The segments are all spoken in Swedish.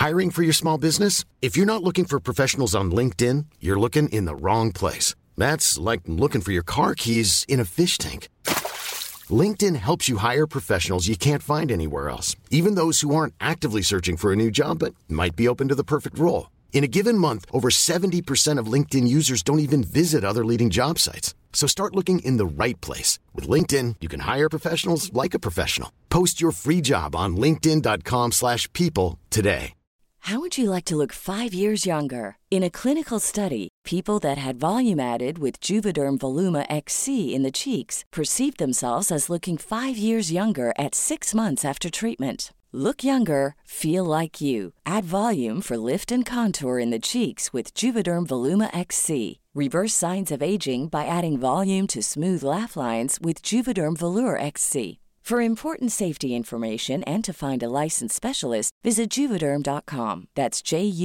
Hiring for your small business? If you're not looking for professionals on LinkedIn, you're looking in the wrong place. That's like looking for your car keys in a fish tank. LinkedIn helps you hire professionals you can't find anywhere else, even those who aren't actively searching for a new job but might be open to the perfect role. In a given month, over 70% of LinkedIn users don't even visit other leading job sites. So start looking in the right place. With LinkedIn, you can hire professionals like a professional. Post your free job on linkedin.com/people today. How would you like to look 5 years younger? In a clinical study, people that had volume added with Juvederm Voluma XC in the cheeks perceived themselves as looking 5 years younger at 6 months after treatment. Look younger, feel like you. Add volume for lift and contour in the cheeks with Juvederm Voluma XC. Reverse signs of aging by adding volume to smooth laugh lines with Juvederm Volure XC. For important safety information and to find a licensed specialist, visit Juvederm.com. That's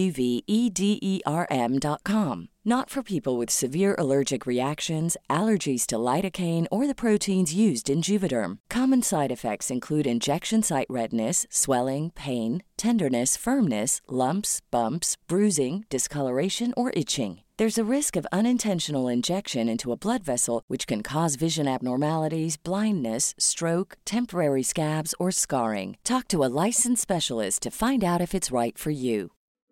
JUVEDERM.com. Not for people with severe allergic reactions, allergies to lidocaine, or the proteins used in Juvederm. Common side effects include injection site redness, swelling, pain, tenderness, firmness, lumps, bumps, bruising, discoloration, or itching. There's a risk of unintentional injection into a blood vessel, which can cause vision abnormalities, blindness, stroke, temporary scabs, or scarring. Talk to a licensed specialist to find out if it's right for you.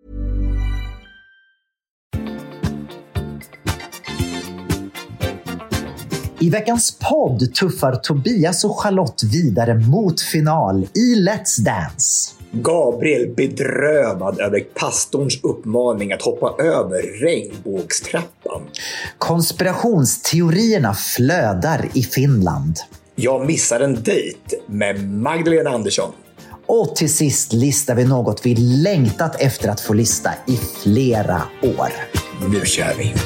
I veckans podd tuffar Tobias och Charlotte vidare mot final i Let's Dance. Gabriel bedrövad över pastorns uppmaning att hoppa över regnbågstrappan. Konspirationsteorierna flödar i Finland. Jag missar en dejt med Magdalena Andersson. Och till sist listar vi något vi längtat efter att få lista i flera år. Nu kör vi.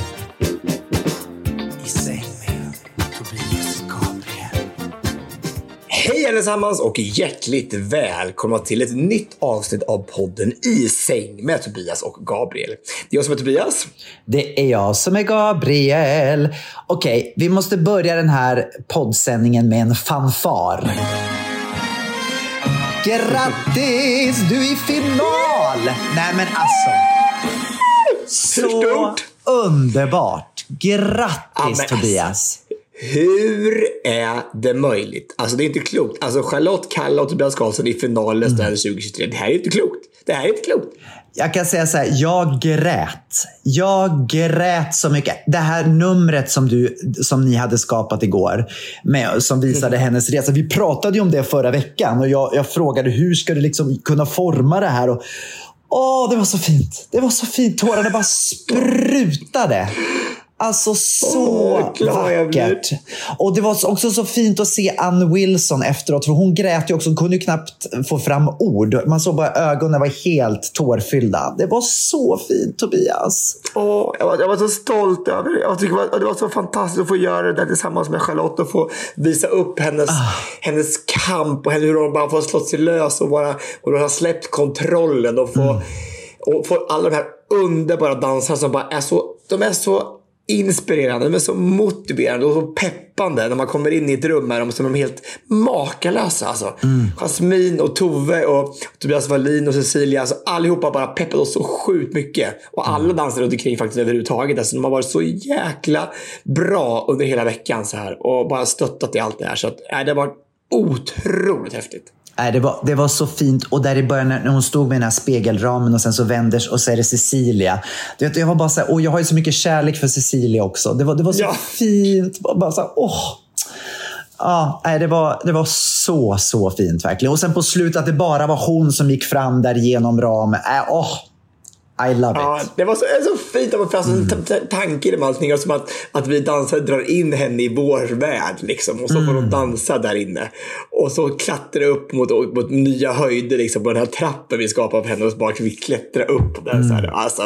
Hej allesammans och hjärtligt välkomna till ett nytt avsnitt av podden I säng med Tobias och Gabriel. Det är jag som är Tobias. Det är jag som är Gabriel. Okej, vi måste börja den här poddsändningen med en fanfar. Grattis, du är i final! Nej men alltså. Så underbart. Grattis Tobias. Hur är det möjligt? Alltså det är inte klokt. Alltså Charlotte Kalla och Tobias Karlsson i finalen 2023. Det här är inte klokt. Det här är inte klokt. Jag kan säga så här, jag grät så mycket. Det här numret som ni hade skapat igår som visade hennes resa. Vi pratade ju om det förra veckan och jag frågade hur ska du liksom kunna forma det här och det var så fint. Det var så fint. Tårarna bara sprutade. Alltså så vackert. Och det var också så fint att se Ann Wilson efteråt. För hon grät ju också. Hon kunde ju knappt få fram ord. Man såg bara ögonen var helt tårfyllda. Det var så fint, Tobias. Jag var så stolt över det. Jag tycker det var så fantastiskt att få göra det tillsammans med Charlotte. Och få visa upp hennes kamp. Och hur hon bara får slått sig lös. Och hon har släppt kontrollen. Och få alla de här underbara dansarna som bara är så... De är så inspirerande, de är så motiverande och så peppande när man kommer in i ett rum med dem som de är helt makalösa alltså. Jasmin och Tove och Tobias Wallin och Cecilia, alltså allihopa bara peppade oss så sjukt mycket och alla dansade runt omkring faktiskt överhuvudtaget, alltså de har varit så jäkla bra under hela veckan så här och bara stöttat i allt det här, så att det var otroligt häftigt. Det var så fint. Och där i början när hon stod med den här spegelramen och sen så vänders och så är det Cecilia. Jag var bara så här, jag har ju så mycket kärlek för Cecilia också. Det var så fint. Bara så här, det var så fint verkligen. Och sen på slutet att det bara var hon som gick fram där genom ramen. I love it. Det var så fint att man får tanken med allting, som att vi dansare drar in henne i vår värld liksom, och så får de dansa där inne och så klättra upp mot nya höjder liksom, på den här trappen vi skapar för henne, och så bara vi klättra upp där, så här. Alltså,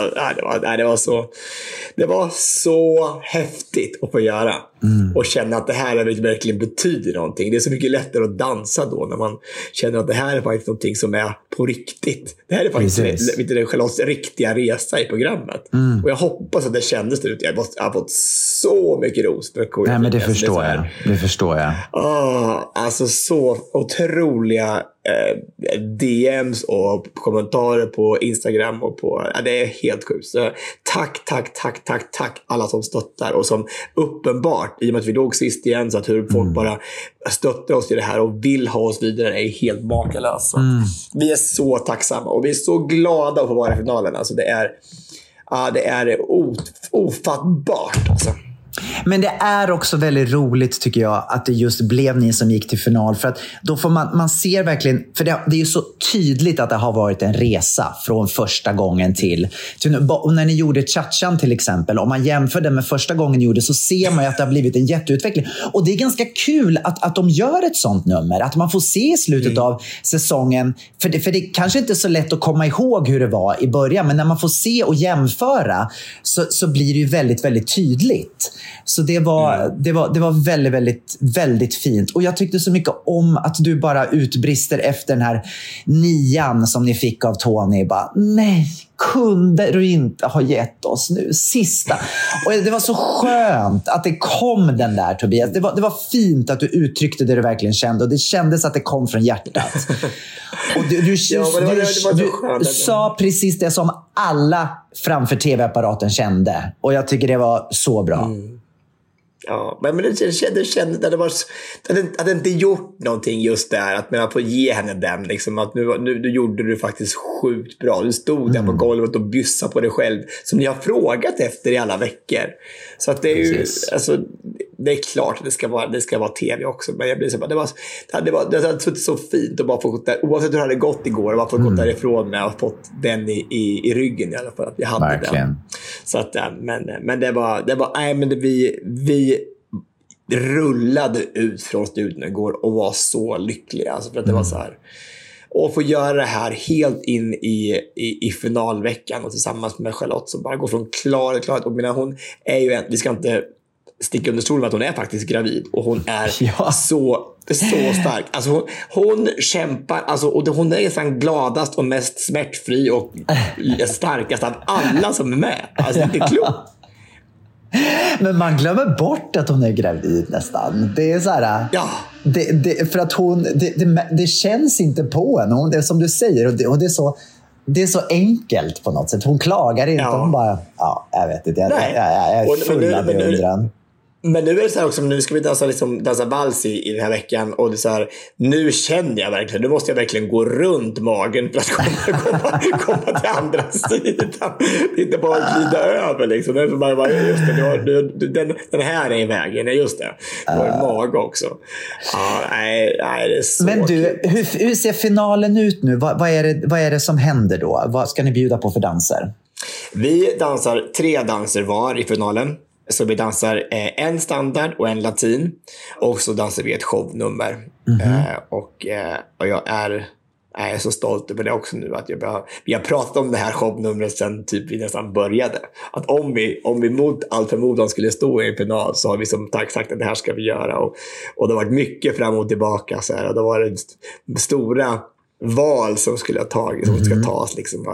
det var så häftigt att få göra och känna att det här verkligen betyder någonting. Det är så mycket lättare att dansa då när man känner att det här är faktiskt någonting som är på riktigt. Det här är faktiskt Charlottes riktiga resa i programmet. Och jag hoppas att det kändes det ut. Jag har fått så mycket ros. Nej, men det förstår jag. Det förstår jag. Alltså så otroliga DMs och kommentarer på Instagram och på, det är helt sjukt. Så tack alla som stöttar och som uppenbart, i och med att vi låg sist igen, så att hur folk bara stöttar oss i det här och vill ha oss vidare är helt makalöst. Vi är så tacksamma och vi är så glada att få vara i finalen. Alltså det är ofattbart alltså. Men det är också väldigt roligt tycker jag att det just blev ni som gick till final, för att då får man ser verkligen, för det är ju så tydligt att det har varit en resa från första gången till när ni gjorde Cha-Chan till exempel, om man jämför det med första gången ni gjorde, så ser man ju att det har blivit en jätteutveckling, och det är ganska kul att de gör ett sånt nummer, att man får se i slutet av säsongen, för det kanske inte är så lätt att komma ihåg hur det var i början, men när man får se och jämföra så blir det ju väldigt, väldigt tydligt. Så det var väldigt, väldigt, väldigt fint. Och jag tyckte så mycket om att du bara utbrister efter den här 9 som ni fick av Tony. Bara, nej, kunde du inte ha gett oss nu sista? Och det var så skönt att det kom den där, Tobias. Det var fint att du uttryckte det du verkligen kände. Och det kändes att det kom från hjärtat. Och du sa precis det som alla framför tv-apparaten kände. Och jag tycker det var så bra. Ja, men det kändes att det inte gjort någonting just där, att man får ge henne den liksom, att nu gjorde du faktiskt sjukt bra. Du stod där på golvet och bjussade på dig själv som ni har frågat efter i alla veckor. Så att det är ju alltså, det är klart att det ska vara tv också, men jag blir så bara, det hade suttit så fint att bara få gått där, oavsett hur det hade gått igår, och bara få gått därifrån med och fått den i ryggen i alla fall, att vi hade verkligen den. Så att men det var nej, men vi rullade ut från studion igår och var så lyckliga, alltså, för att det var så här, och få göra det här helt in i finalveckan och tillsammans med Charlotte som bara går från klarhet. Och hon är ju vi ska inte sticka under stolen med att hon är faktiskt gravid, och hon är så stark. Alltså hon kämpar, alltså, och hon är nästan gladast och mest smärtfri och starkast av alla som är med. Alltså det är inte klokt. Men man glömmer bort att hon är gravid nästan. Det är så här, för att det känns inte på henne. Det är som du säger, och det är så enkelt på något sätt. Hon klagar inte, hon bara, jag vet inte, jag är full av beundran. Men nu är det så här också, nu ska vi dansa vals i den här veckan, och det är så här, nu känner jag verkligen, nu måste jag verkligen gå runt magen för att komma till andra sidan. Det är inte bara att glida över liksom. Det är bara, just det, den här är i vägen, just det. Det var en mage också. Nej, det är så. Men du, hur ser finalen ut nu? Vad är det som händer då? Vad ska ni bjuda på för danser? Vi dansar 3 danser var i finalen. Så vi dansar en standard och en latin. Och så dansar vi ett shownummer. Och jag är så stolt över det också nu. Att vi har pratat om det här shownumret sen typ vi nästan började. Att om vi mot all förmodan skulle stå i en final, så har vi som sagt att det här ska vi göra. Och det har varit mycket fram och tillbaka. Så här, och det var det stora val som skulle ha tagits, som ska tas liksom,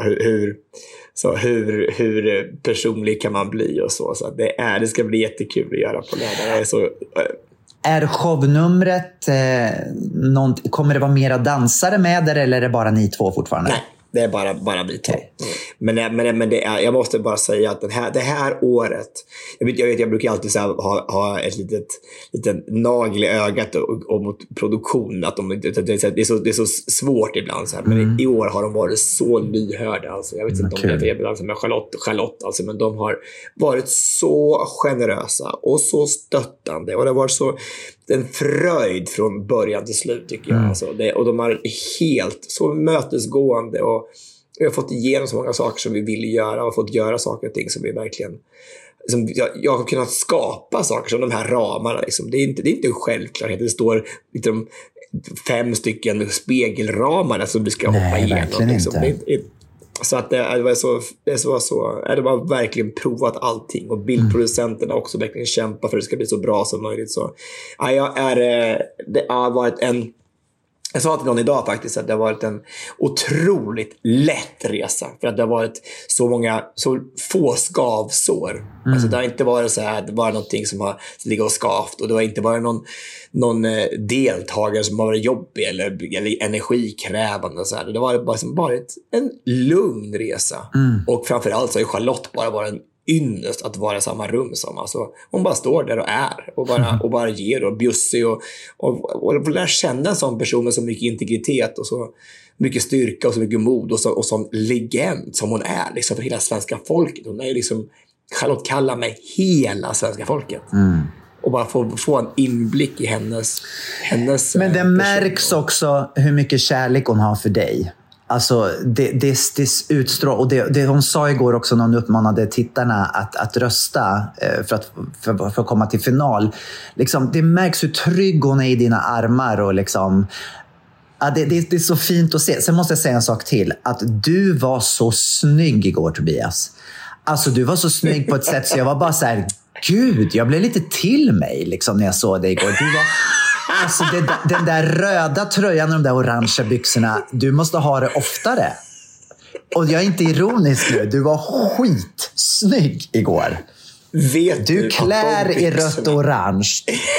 hur personlig kan man bli och så det ska bli jättekul att göra på lördag. Är shownumret kommer det vara mera dansare med där, eller är det bara ni två fortfarande? Nej, det är bara vi två. Men det är, jag måste bara säga att det här året, jag brukar alltid så här, ha ett litet nagel i ögat och mot produktion, att det är så svårt ibland så här. Men i år har de varit så lyhörda, alltså. Jag vet inte om det är alltså med Charlotte alltså, men de har varit så generösa och så stöttande, och det har varit så en fröjd från början till slut, tycker jag. Alltså, och de har helt så mötesgående, och vi har fått igenom så många saker som vi vill göra, och fått göra saker och ting som vi verkligen, som jag har kunnat skapa saker som de här ramarna liksom. Det är inte en självklarhet. Det står liksom 5 stycken spegelramar som du ska hoppa igenom liksom. Så att det var verkligen provat allting, och bildproducenterna också verkligen kämpa för att det ska bli så bra som möjligt. Så det har varit Jag sa till någon idag faktiskt att det har varit en otroligt lätt resa. För att det har varit så få skavsår. Alltså det har inte varit så här, det var någonting som har liggat och skavt. Och det har inte varit någon deltagare som har varit jobbig eller energikrävande. Och så här. Det har varit en lugn resa. Och framförallt så har Charlotte bara varit en ynnest att vara i samma rum som. Alltså, hon bara står där och är och bara ger och bjussig och lär känna en sån person med så mycket integritet och så mycket styrka och så mycket mod och sån legend som hon är liksom för hela svenska folket. Hon är ju liksom Charlotte kallar mig hela svenska folket. Och bara få en inblick i hennes men det märks också hur mycket kärlek hon har för dig. Alltså det utstrålar, och det hon sa igår också när hon uppmanade tittarna att rösta för att komma till final. Liksom, det märks hur trygg hon är i dina armar och liksom, ja, det är så fint att se. Sen måste jag säga en sak till, att du var så snygg igår, Tobias. Alltså du var så snygg på ett sätt så jag var bara så här, gud, jag blev lite till mig liksom när jag såg dig igår. Du var... Alltså den där röda tröjan och de där orangea byxorna, du måste ha det oftare. Och jag är inte ironisk nu, du var skitsnygg igår. Vet du klär i rött och orange.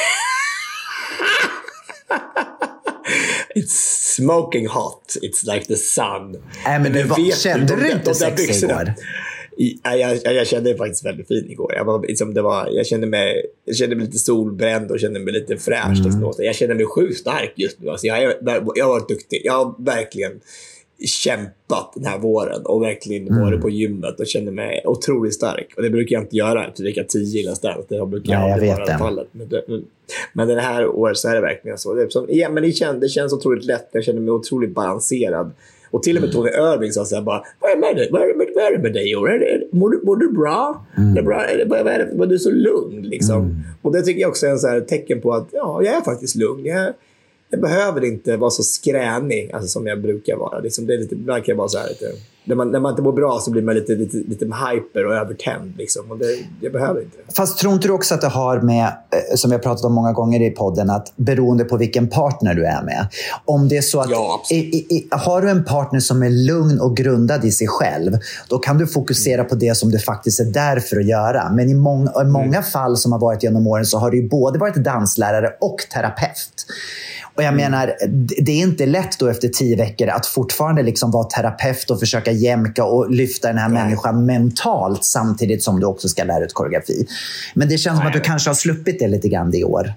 It's smoking hot, it's like the sun. Men kände du inte sex igår? Jag kände mig faktiskt väldigt fin igår. Jag kände mig lite solbränd och kände mig lite fräsch. Jag kände mig sjukt stark just nu. Alltså jag har varit duktig. Jag har verkligen kämpat den här våren och verkligen varit på gymmet och kände mig otroligt stark. Och det brukar jag inte göra efter vecka 10 eller stället. Det brukar jag aldrig vara i fallet. Men den här året så är det verkligen så. Det känns otroligt lätt. Jag känner mig otroligt balanserad. Och till och med Tony Irving sa så här bara, vad är det med dig? Mår du bra? Var du så lugn liksom? Och det tycker jag också är en så här tecken på att ja, jag är faktiskt lugn. Jag behöver inte vara så skränig alltså, som jag brukar vara. Liksom, det är lite, ibland kan jag vara så här lite, när man inte mår bra så blir man lite hyper och övertänd liksom. Och jag behöver inte det. Fast tror inte du också att det har med, som vi har pratat om många gånger i podden, att beroende på vilken partner du är med. Om det är så att har du en partner som är lugn och grundad i sig själv, då kan du fokusera på det som du faktiskt är där för att göra. Men i många fall som har varit genom åren så har du ju både varit danslärare och terapeut. Och jag menar, det är inte lätt då efter 10 veckor att fortfarande liksom vara terapeut och försöka jämka och lyfta den här människan mentalt samtidigt som du också ska lära ut koreografi. Men det känns som att du kanske har sluppit det lite grann i år.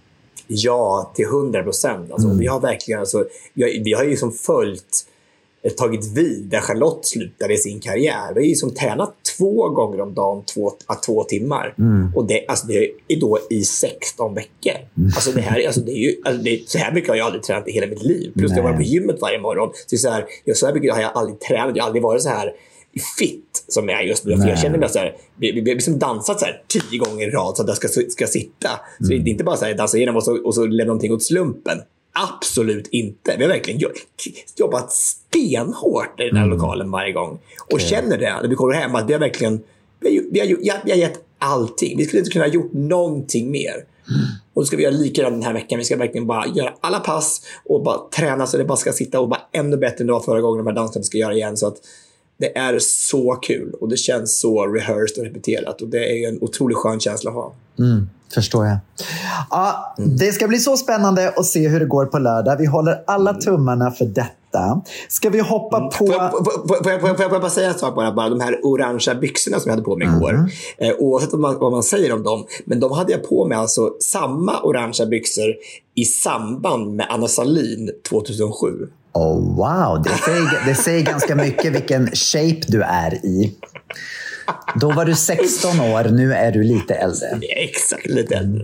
Ja, till 100%. Alltså, vi har verkligen, alltså, vi har ju som följt tagit vid där Charlotte slutade sin karriär. Vi har ju som tränat 2 gånger om dagen 2 timmar. Och det är då i 16 veckor. Alltså det här, alltså det är ju, alltså så här mycket har jag aldrig tränat i hela mitt liv. Plus jag var på gymmet varje morgon. Så här mycket har jag aldrig tränat. Jag har aldrig varit så här fit som jag är just nu. För jag känner mig så här, vi har liksom dansat så här 10 gånger i rad så att jag ska sitta. Så det är inte bara så här dansa igenom och så lämna någonting åt slumpen. Absolut inte. Vi har verkligen jobbat stenhårt i den här lokalen varje gång. Och känner det när vi kommer hem att vi har verkligen vi har gett allting. Vi skulle inte kunna ha gjort någonting mer. Och då ska vi göra likadant den här veckan. Vi ska verkligen bara göra alla pass och bara träna så det bara ska sitta och bara ännu bättre än det var förra gången de här danserna ska göra igen. Så att det är så kul och det känns så rehearsed och repeterat och det är en otroligt skön känsla att ha. Förstår jag. Ja, det ska bli så spännande att se hur det går på lördag. Vi håller alla tummarna för detta. Ska vi hoppa på... Får jag bara säga en sak bara de här orangea byxorna som jag hade på mig igår. Oavsett vad man säger om dem. Men de hade jag på mig alltså samma orangea byxor i samband med Anna Sahlin 2007. Oh wow, det säger ganska mycket vilken shape du är i. Då var du 16 år, nu är du lite äldre. Exakt, lite äldre.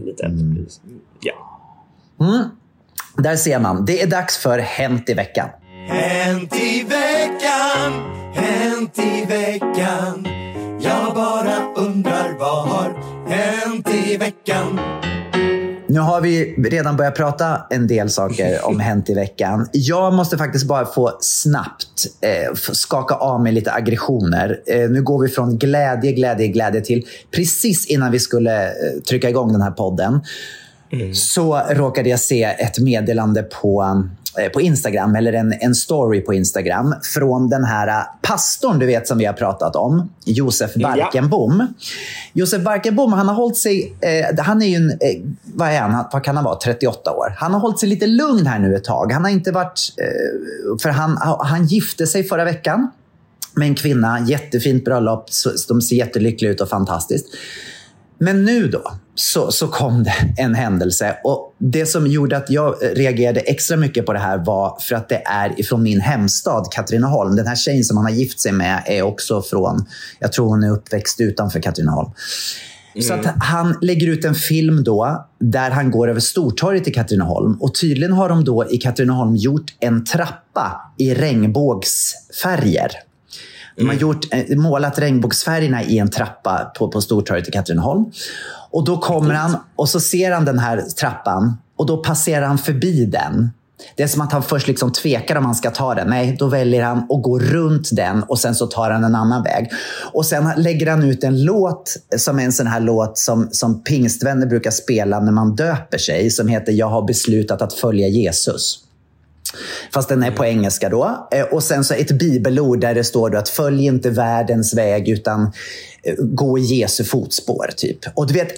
Ja. Där ser man, det är dags för Hänt i veckan. Hänt i veckan, hänt i veckan. Jag bara undrar vad har hänt i veckan. Nu har vi redan börjat prata en del saker om Hänt i veckan. Jag måste faktiskt bara få snabbt skaka av mig lite aggressioner. Nu går vi från glädje till precis innan vi skulle trycka igång den här podden. Så råkade jag se ett meddelande på på Instagram, eller en story på Instagram från den här pastorn du vet som vi har pratat om, Josef Barkenbom. Josef Barkenbom, han har hållit sig, han är ju vad kan han vara, 38 år. Han har hållit sig lite lugn här nu ett tag. Han har inte varit, för han gifte sig förra veckan med en kvinna, jättefint bröllop, de ser jättelyckliga ut och fantastiskt. Men nu då så kom det en händelse, och det som gjorde att jag reagerade extra mycket på det här var för att det är ifrån min hemstad Katrineholm. Den här tjejen som han har gift sig med är också från, jag tror hon är uppväxt utanför Katrineholm. Så att han lägger ut en film då där han går över Stortorget i Katrineholm, och tydligen har de då i Katrineholm gjort en trappa i regnbågsfärger. De har målat regnbågsfärgerna i en trappa på Stortorget i Katrineholm. Och då kommer han och så ser han den här trappan, och då passerar han förbi den. Det är som att han först liksom tvekar om han ska ta den. Nej, då väljer han att gå runt den, och sen så tar han en annan väg. Och sen lägger han ut en låt som är en sån här låt som pingstvänner brukar spela när man döper sig, som heter Jag har beslutat att följa Jesus. Fast den är på engelska då. Och sen så ett bibelord där det står då att följ inte världens väg utan gå i Jesu fotspår typ. Och du vet,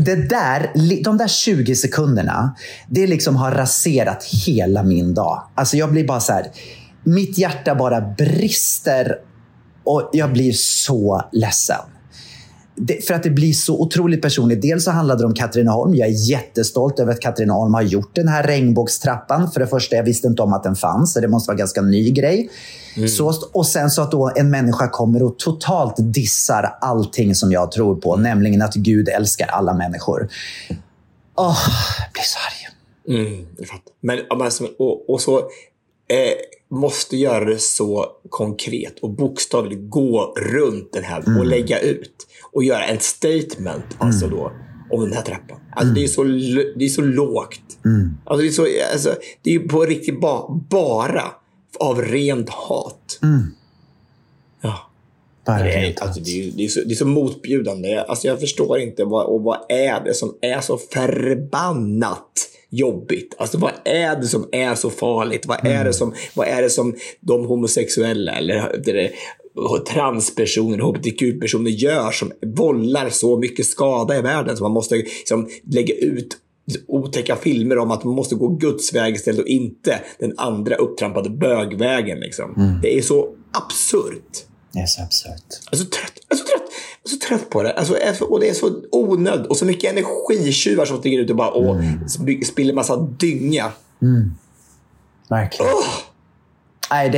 de där 20 sekunderna, det liksom har raserat hela min dag. Alltså jag blir bara så här, mitt hjärta bara brister och jag blir så ledsen. För att det blir så otroligt personligt. Dels så handlade det om Katrineholm. Jag är jättestolt över att Katrineholm har gjort den här regnbågstrappan. För det första, jag visste inte om att den fanns. Så det måste vara en ganska ny grej. Och sen så att då en människa kommer och totalt dissar allting som jag tror på. Nämligen att Gud älskar alla människor. Jag blir så arg. Jag fattar. Men och så måste göra det så konkret och bokstavligt gå runt den här och lägga ut och göra en statement alltså då om den här trappan. Alltså det är så lågt. Alltså det är ju på riktigt bara av rent hat. Ja. Det är så motbjudande. Alltså jag förstår inte vad är det som är så förbannat jobbigt. Alltså vad är det som är så farligt? Vad är det som de homosexuella eller transpersoner, hbtq-personer gör som vållar så mycket skada i världen, så man måste liksom lägga ut otäcka filmer om att man måste gå Guds väg istället och inte den andra upptrampade bögvägen liksom. Det är så absurt. Det är så absurt. Så trött på det. Och det är så onödigt. Och så mycket energitjuvar som stiger ut och bara spiller massa dynga. Verkligen. Nej,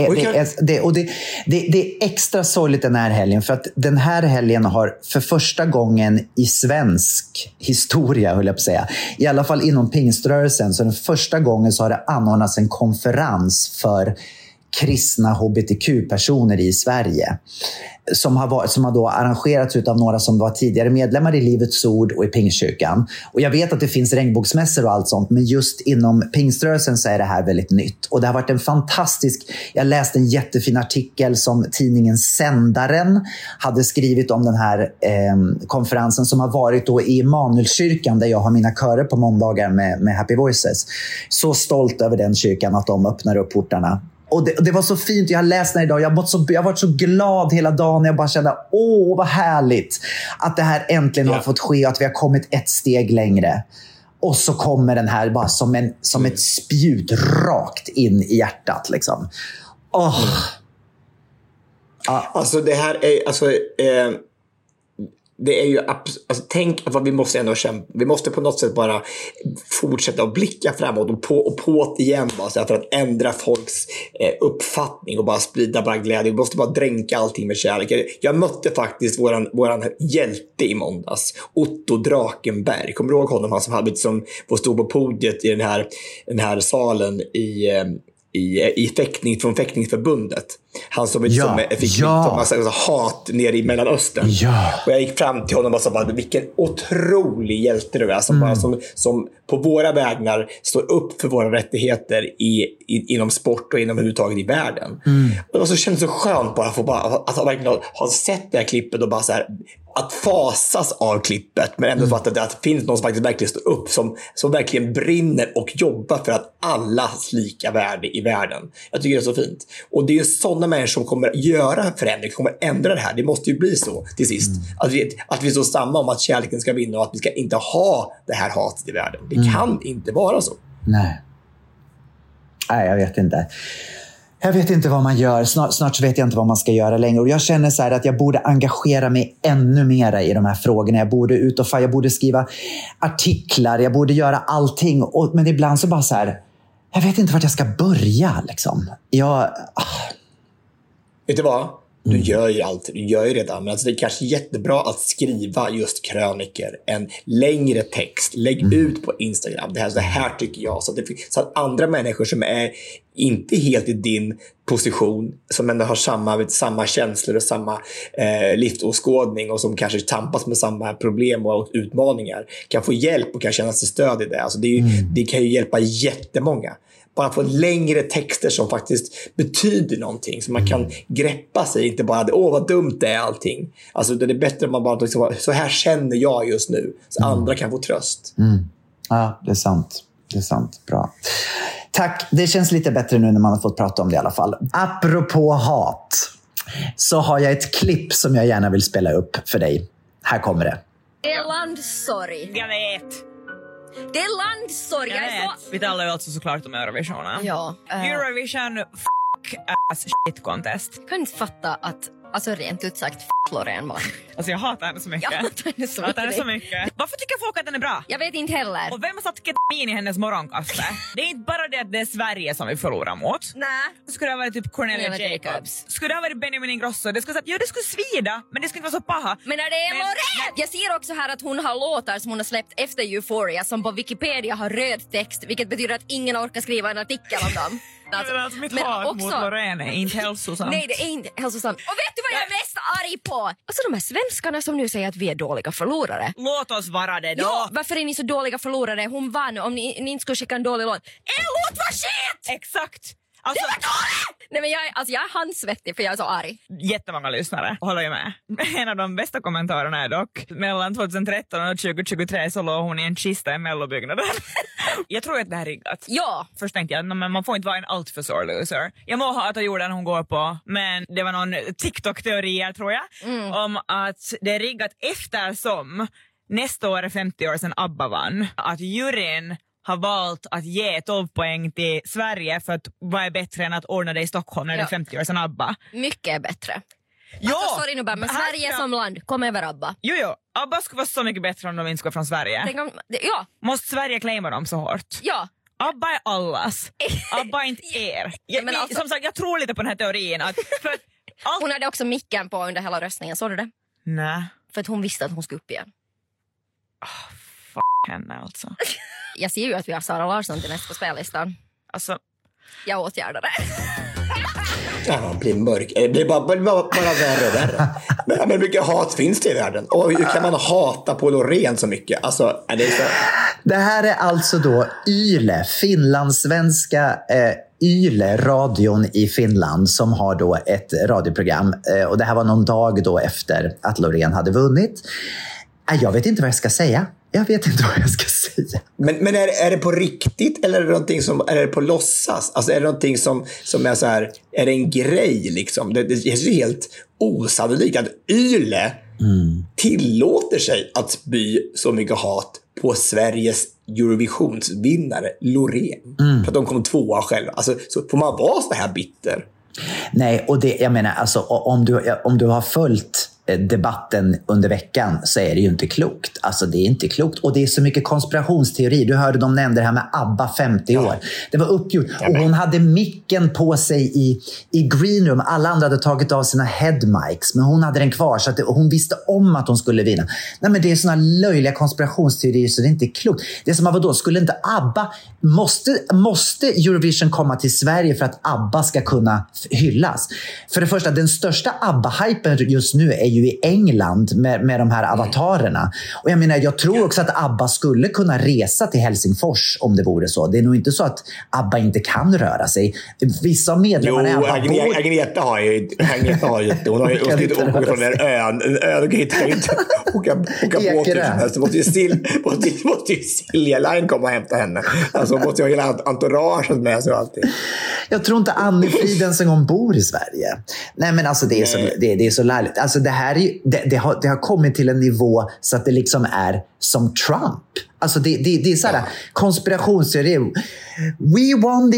det är extra sorgligt den här helgen. För att den här helgen har för första gången i svensk historia, höll jag på att säga, i alla fall inom pingströrelsen, så den första gången så har det anordnats en konferens för kristna hbtq-personer i Sverige som har då arrangerats av några som var tidigare medlemmar i Livets Ord och i Pingstkyrkan. Och jag vet att det finns regnbågsmässor och allt sånt, men just inom pingströrelsen så är det här väldigt nytt. Och det har varit en fantastisk, jag läste en jättefin artikel som tidningen Sändaren hade skrivit om den här konferensen som har varit då i Immanuelskyrkan där jag har mina körer på måndagar med Happy Voices. Så stolt över den kyrkan att de öppnar upp portarna. Och det var så fint, jag har läst den idag. Jag har varit så glad hela dagen. Jag bara kände, vad härligt att det här äntligen har fått ske, att vi har kommit ett steg längre. Och så kommer den här bara som ett spjut rakt in i hjärtat liksom. Alltså det här är det är ju tänk att vi måste ändå kämpa. Vi måste på något sätt bara fortsätta att blicka framåt och på igen bara, så för att ändra folks uppfattning och bara sprida bara glädje. Vi måste bara dränka allting med kärlek. Jag mötte faktiskt våran hjälte i måndags, Otto Drakenberg. Kommer du ihåg honom? Han som hade som stod på podiet i den här salen i från fäktningsförbundet. Han som fick massa hat nere i Mellanöstern. Och jag gick fram till honom och sa, vilken otrolig hjälte du är, som på våra vägnar står upp för våra rättigheter inom sport och inom överhuvudtaget i världen. Och det var så kändes så skönt bara att verkligen ha sett det här klippet och bara så här, att fasas av klippet, men ändå så att det finns någon som faktiskt verkligen står upp, som verkligen brinner och jobbar för att allas lika värde i världen. Jag tycker det är så fint. Och det är ju sådana människor som kommer göra förändring, kommer ändra det här. Det måste ju bli så till sist. Att vi står samma om att kärleken ska vinna och att vi ska inte ha det här hatet i världen. Det kan inte vara så. Nej, jag vet inte. Jag vet inte vad man gör. Snart så vet jag inte vad man ska göra längre. Och jag känner så här att jag borde engagera mig ännu mer i de här frågorna. Jag borde jag borde skriva artiklar. Jag borde göra allting. Men ibland så bara så här, jag vet inte vart jag ska börja liksom. Vet du vad? Du gör ju allt, du gör ju redan. Men alltså det är kanske jättebra att skriva just kröniker. En längre text. Lägg ut på Instagram. Det här tycker jag. Så att andra människor som är inte helt i din position, som ändå har samma känslor och samma livsåskådning och som kanske tampas med samma problem och utmaningar, kan få hjälp och kan känna sig stöd i det. Alltså det kan ju hjälpa jättemånga. Bara få längre texter som faktiskt betyder någonting, så man kan greppa sig, inte bara vad dumt det är allting. Alltså det är bättre om man bara liksom, så här känner jag just nu, så andra kan få tröst. Ja, det är sant. Bra. Tack, det känns lite bättre nu när man har fått prata om det i alla fall. Apropå hat, så har jag ett klipp som jag gärna vill spela upp för dig. Här kommer det. Det är landsorg. Jag vet. Det är landsorg. Jag vet. Vi talar ju alltså såklart om Eurovisionen. Ja. Eurovision ass shit contest. Jag kan inte fatta att, alltså rent ut sagt, Loreen var. Alltså jag hatar henne så mycket. Jag hatar henne så mycket. Varför tycker folk att den är bra? Jag vet inte heller. Och vem har satt ketamin i hennes morgonkaffe? Det är inte bara det att det är Sverige som vi förlorar mot. Nej. Skulle det ha varit typ Cornelia Jacobs? Skulle det ha varit Benjamin Ingrosso? Det skulle säga, det skulle svida, men det skulle inte vara så paha. Men när det är Loreen! Jag ser också här att hon har låtar som hon har släppt efter Euphoria som på Wikipedia har röd text, vilket betyder att ingen orkar skriva en artikel om dem. Alltså, mitt hat mot Loreen är inte hälsosamt. Nej, det är inte hälsosamt. Och vet du vad jag är mest arg på? Alltså de här svenskarna som nu säger att vi är dåliga förlorare. Låt oss vara det då. Ja, varför är ni så dåliga förlorare? Hon vann, om ni inte skulle skicka en dålig låt. Låt var shit! Exakt. Alltså, det var dåligt! Nej, men jag är handsvettig för jag är så arg. Jättemånga lyssnare håller ju med. En av de bästa kommentarerna är dock, mellan 2013 och 2023 så låg hon i en kista i Mellobyggnaden. Jag tror att det här är riggat. Ja. Först tänkte jag, men man får inte vara en alltför sore loser. Jag må hata jorden hon går på, men det var någon TikTok-teori tror jag, om att det är riggat eftersom nästa år är 50 år sedan ABBA vann. Att juryn har valt att ge 12 poäng till Sverige för att vad är bättre än att ordna det i Stockholm när det är 50 år sedan ABBA. Mycket bättre. Ja, alltså, sorry nu bara, men Sverige som land, kom över ABBA. Jo, ABBA skulle vara så mycket bättre om de inte skulle från Sverige. Ja. Måste Sverige claima dem så hårt? Ja. ABBA är allas. ABBA är inte er. Som sagt, jag tror lite på den här teorin. Hon hade också micken på under hela röstningen, såg du det? Nej. För att hon visste att hon skulle upp igen. Henne alltså. Jag ser ju att vi har Sara Larsson till nästa på spellistan. Alltså. Jag åtgärdar det. Ja, man blir mörk. Det blir bara värre och värre. Men hur mycket hat finns det i världen? Och hur kan man hata på Loreen så mycket? Alltså, det här är alltså då Yle, finlandssvenska Yle, radion i Finland, som har då ett radioprogram. Och det här var någon dag då efter att Loreen hade vunnit. Jag vet inte vad jag ska säga. Men är det på riktigt eller är det någonting som är det på låtsas? Alltså är det någonting som är så här, är det en grej liksom? Det är helt osannolikt att Yle tillåter sig att spy så mycket hat på Sveriges Eurovisionsvinnare Loreen. För att de kom 2 själva. Alltså, så får man vara så här bitter? Nej, och det, jag menar, alltså, om du har följt debatten under veckan så är det ju inte klokt. Alltså det är inte klokt. Och det är så mycket konspirationsteori. Du hörde de nämnde det här med ABBA 50 år. Det var uppgjort. Och hon hade micken på sig i green room. Alla andra hade tagit av sina headmics. Men hon hade den kvar så att hon visste om att hon skulle vinna. Nej, men det är såna löjliga konspirationsteorier så det är inte klokt. Det som var då, skulle inte ABBA... Måste Eurovision komma till Sverige för att ABBA ska kunna hyllas? För det första, den största ABBA-hypen just nu är ju ju i England med de här avatarerna. Och jag menar, jag tror också att ABBA skulle kunna resa till Helsingfors om det vore så. Det är nog inte så att ABBA inte kan röra sig. Vissa av medlemmarna i ABBA Agneta har ju hon har ju åkt från den ön. En ön och kan inte åka båt. Så måste ju Silja Line komma och hämta henne. Alltså måste ju ha hela entouraget med sig och allting. Jag tror inte Annie Frid ens en gång bor i Sverige. Nej, men alltså det är så lärligt. Alltså det här är ju, det har kommit till en nivå så att det liksom är som Trump. Alltså det är så här konspirationsteori. We won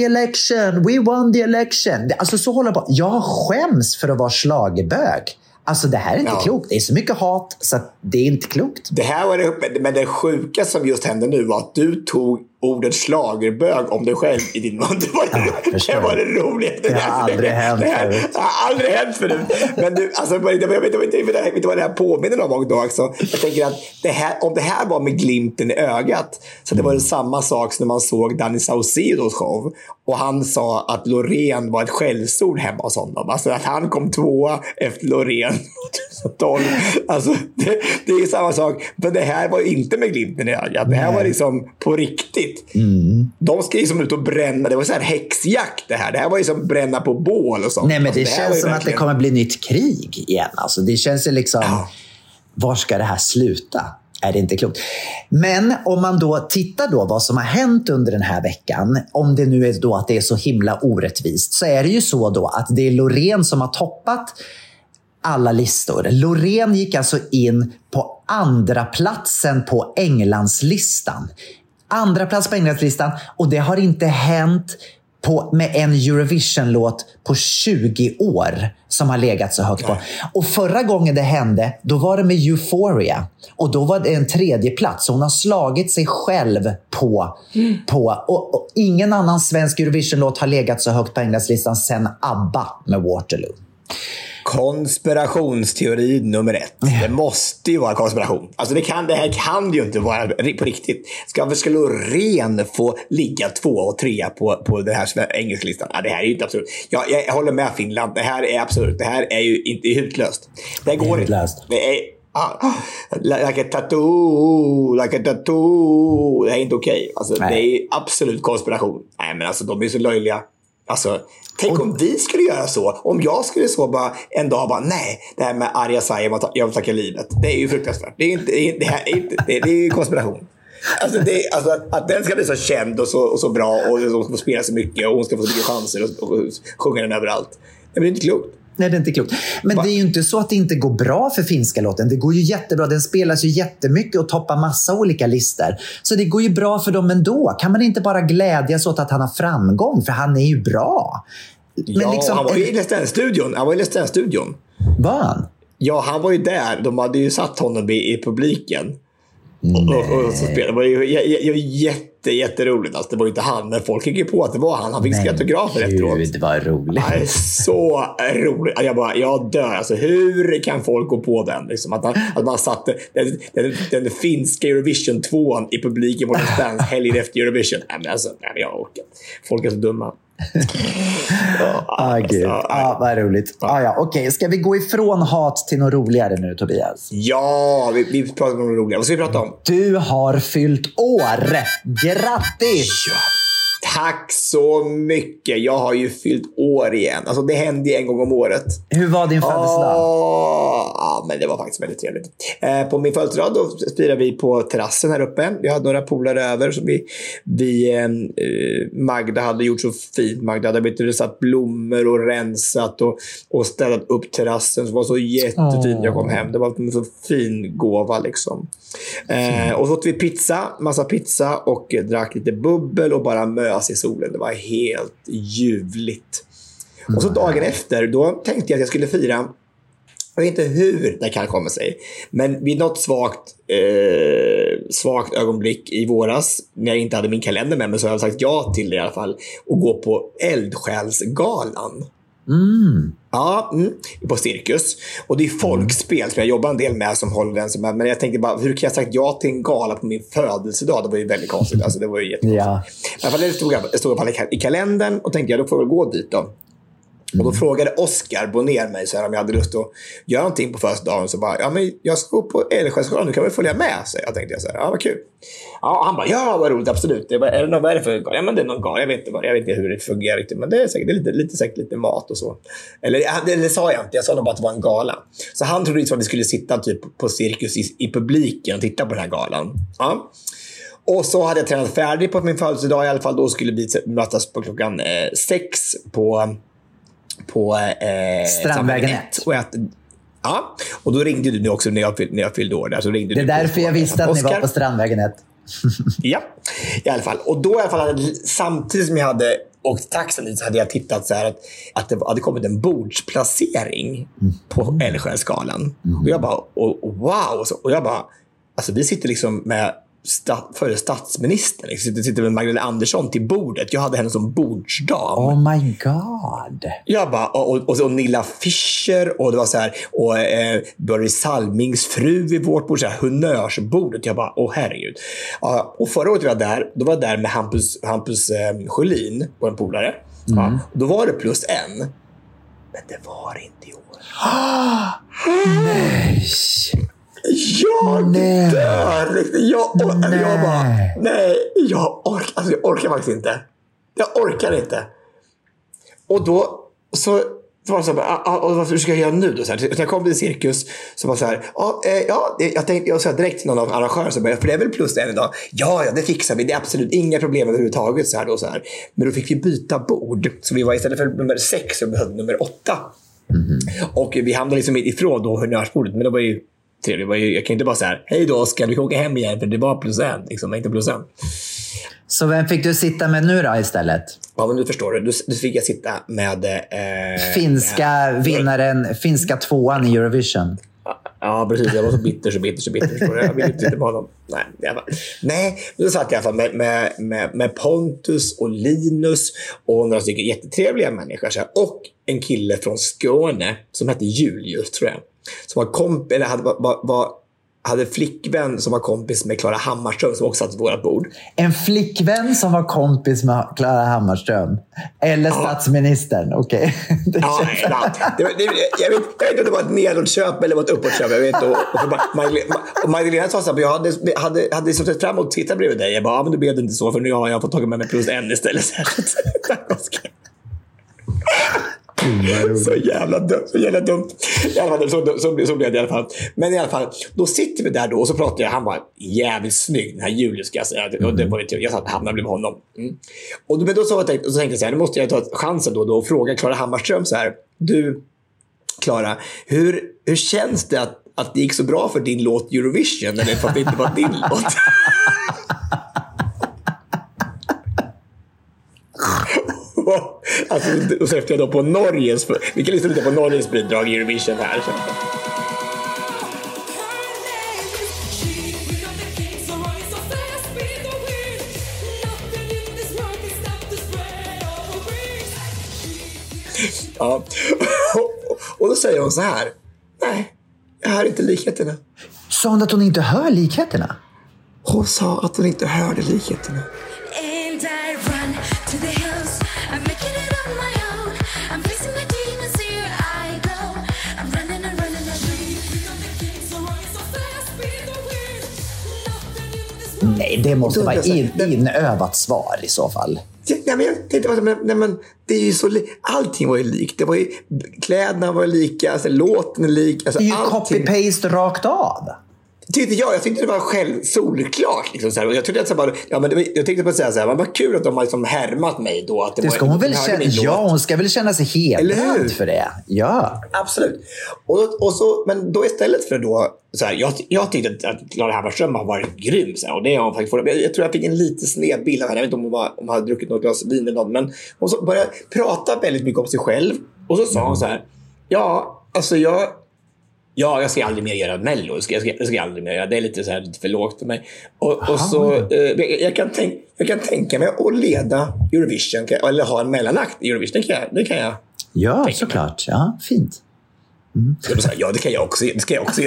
the election. Alltså så håller på. Jag skäms för att vara schlagerbög. Alltså det här är inte klokt. Det är så mycket hat så att det är inte klokt. Det här var det, men det sjuka som just hände nu var att du tog ordet schlagerbög om dig själv i din mun. Det var det roligaste. Det har aldrig hänt förut. Det har aldrig hänt förut. Men du, alltså, jag vet inte vad det här påminner om också. Så jag tänker att om det här var med glimten i ögat, så det var det samma sak som när man såg Danny Saucedos show och han sa att Loreen var ett skällsord hemma hos honom. Alltså att han kom 2 efter Loreen 2012. Alltså det är samma sak. Men det här var inte med glimten i ögat. Det här var liksom på riktigt. De ska liksom ut och bränna. Det var så här häxjakt det här. Det här var liksom bränna på bål och sånt. Nej, men alltså, det känns som att det kommer bli nytt krig igen. Alltså det känns ju liksom var ska det här sluta? Är det inte klokt? Men om man då tittar då vad som har hänt under den här veckan, om det nu är då att det är så himla orättvist, så är det ju så då att det är Loreen som har toppat alla listor. Loreen gick alltså in på andra platsen på Englandslistan. Andra plats på Englandslistan, och det har inte hänt med en Eurovision-låt på 20 år som har legat så högt på. Och förra gången det hände, då var det med Euphoria. Och då var det en 3:e plats. Hon har slagit sig själv på och ingen annan svensk Eurovision-låt har legat så högt på Englandslistan sedan ABBA med Waterloo. Konspirationsteori nummer 1. Det måste ju vara konspiration. Alltså det här kan ju inte vara på riktigt. Ska Loreen få ligga 2 och 3 på den här engelska listan? Ja, det här är ju inte absurt. Jag håller med Finland. Det här är absurt. Det här är ju inte hutlöst. Det går inte. Det är like a tattoo. Det är inte okej. Alltså, det är absolut konspiration. Nej, men alltså de är så löjliga. Alltså, tänk om vi skulle göra så. Om jag skulle så bara en dag bara, nej, det här med Arja Saijonmaa, jag vill tacka livet. Det är ju fruktansvärt. Det är ju konspiration. Alltså, att den ska bli så känd och så bra och hon ska spela så mycket och hon ska få så mycket chanser och sjunga den överallt. Det blir inte klokt. Nej, det är inte klokt. Men det är ju inte så att det inte går bra för finska låten. Det går ju jättebra. Den spelas ju jättemycket och toppar massa olika listor. Så det går ju bra för dem ändå. Kan man inte bara glädjas åt att han har framgång? För han är ju bra. Men liksom, han var ju i Let's Dance-studion. Var han? Ja, han var ju där. De hade ju satt honom i publiken. Och så spelade. Det var ju jätteroligt. Alltså, det var ju inte han, men folk gick ju på att det var han. Han fick autografer efteråt. Det var roligt. Det är så roligt. Jag dör. Alltså, hur kan folk gå på den? Liksom, att man satte den finska Eurovision 2 i publiken på Let's Dance helgen efter Eurovision. Jag orkar. Folk är så dumma. Vad roligt. Okej. Ska vi gå ifrån hat till något roligare nu, Tobias? Ja, vi pratar om något roligare. Vad ska vi prata om? Du har fyllt år. Grattis! Ja. Tack så mycket. Jag har ju fyllt år igen. Alltså det hände en gång om året. Hur var din födelsedag? Ja, men det var faktiskt väldigt trevligt. På min födelsedag då spirade vi på terrassen här uppe. Vi hade några polare över som Magda hade gjort så fint. Magda hade satt blommor och rensat och ställt upp terrassen som var så jättefint när jag kom hem. Det var en så fin gåva liksom. Och så åt vi massa pizza och drack lite bubbel och bara mös i solen. Det var helt ljuvligt. Och så dagen efter, då tänkte jag att jag skulle fira. Jag vet inte hur det kan komma sig. Men vid något svagt ögonblick i våras, när jag inte hade min kalender med mig, så har jag sagt ja till det i alla fall. Och gå på Eldsjälsgalan. På Cirkus. Och det är folkspel som jag jobbar en del med som håller den. Men jag tänkte bara, hur kan jag sagt ja till en gala på min födelsedag? Det var ju väldigt konstigt. Alltså, det var ju jättekonstigt. I alla fall det stod i kalendern och tänkte jag, då får jag gå dit då. Och då frågade Oscar Bonnier mig så här, om jag hade lust att göra någonting på första dagen. Så bara, ja men jag ska gå på Älvsjöskolan, du kan väl följa med? Så jag tänkte så här, ja vad kul. Ja, han bara, ja vad roligt, absolut. Vad är det för gala? Ja men det är någon gala, jag vet inte hur det fungerar riktigt. Men det är säkert lite mat och så. Eller sa jag inte, jag sa nog bara att det var en gala. Så han trodde att vi skulle sitta typ på cirkus i publiken och titta på den här galan. Ja. Och så hade jag tränat färdigt på min födelsedag i alla fall. Då skulle vi mötas på klockan 6 på Strandvägen 1. Ja, och då ringde du också när jag fyllde år där. Så ringde det är därför jag visste att Oscar. Ni var på Strandvägen 1. Ja, i alla fall. Och då i alla fall, samtidigt som jag hade åkt taxen dit så hade jag tittat så här att det hade kommit en bordsplacering på Älvsjöskalan. Och jag bara, wow! Och jag bara, alltså vi sitter liksom med före statsministern. Jag sitter med Magdalena Andersson till bordet. Jag hade henne som bordsdam. Oh my god. Jag bara, och Nilla Fischer och det var så här, och Börje Salmings fru i vårt bord, så här honnörsbordet. Jag bara, herregud. Och förra året var jag där, då var jag där med Hampus Sjölin på en polare. Ja, då var det +1. Men det var inte i år. Nej. Jag dör. Jag bara, nej, jag orkar faktiskt inte. Jag orkar inte. Och då så var det så här, vad ska jag göra nu då? Så här, när jag kom till cirkus så var så här, jag tänkte, jag sa direkt till någon av arrangörerna, för det är väl +1 idag. Ja, det fixar vi. Det är absolut inga problem överhuvudtaget så här. Men då fick vi byta bord. Så vi var istället för nummer 6 så behövde nummer 8. Och vi hamnade liksom ifrån då honnörsbordet, men det var ju trevligt. Jag kan inte bara så här, hej då Oskar, vi kan åka hem igen, för det var +1 liksom, inte +1. Så vem fick du sitta med nu då istället? Ja, men nu förstår du. Du fick jag sitta med finska vinnaren, finska 2:an i Eurovision. Ja, precis. Jag var så bitter. Jag ville inte sitta på honom. Nej, då satt jag i alla fall med Pontus och Linus och några stycken jättetrevliga människor. Så här, och en kille från Skåne som hette Julius, tror jag. Som var hade flickvän som var kompis med Klara Hammarström som också satt på vårt bord. En flickvän som var kompis med Klara Hammarström? Eller statsministern? Okej. Okay. Jag vet inte om det var ett nedåtköp eller ett uppåtköp. Jag vet inte. Och Magdalena sa så här, jag hade suttit fram och tittat bredvid dig. Jag bara, men det blev det inte så, för nu har jag fått tagit med mig +1 istället. Så jävla dumt. Så blev det i alla fall. Men i alla fall, då sitter vi där då och så pratar jag. Han var jävligt snygg, den här Julius, ska jag säga. Och det var jag satt hamnade med honom. Och då så tänkte jag så här, nu måste jag ta chansen då och fråga Klara Hammarström så här. Du, Klara, hur känns det att det gick så bra för din låt Eurovision, eller för att det inte var din låt? Alltså, och så efter jag då på Norges, vi kan lyssna lite på Norges bidrag i Eurovision här. Ja. Och då säger hon så här: nej, jag hör inte likheterna. Sa hon att hon inte hör likheterna? Hon sa att hon inte hörde likheterna. Nej, det måste vara inövat svar i så fall. Nej, men det är ju så allting var ju likt. Det var ju, kläderna var lika, alltså, låten är lik. Alltså, det är ju copy-paste rakt av. Jag tyckte det var solklart liksom, så här. Och jag tyckte att så bara, jag tänkte på att säga så här, men vad kul att de har liksom härmat mig då, att det ska hon väl känna, hon ska väl känna sig hedrad för det. Ja. Absolut. Och så, men då istället för då så här, jag tyckte att Klara Hammarström har varit grym så här, och det har hon faktiskt fått. Jag tror jag fick en lite sned bild av henne. Jag vet inte om hon hade druckit något glas vin eller något, men hon så började prata väldigt mycket om sig själv, och så sa hon så här: jag ska aldrig mer göra Mello. Jag ska aldrig mer göra. Det är lite så här, lite för lågt för mig. Och så jag kan tänka mig att leda Eurovision, eller ha en mellanakt i Eurovision. Det kan jag. Ja, såklart. Ja, fint. Ja, det kan jag också göra.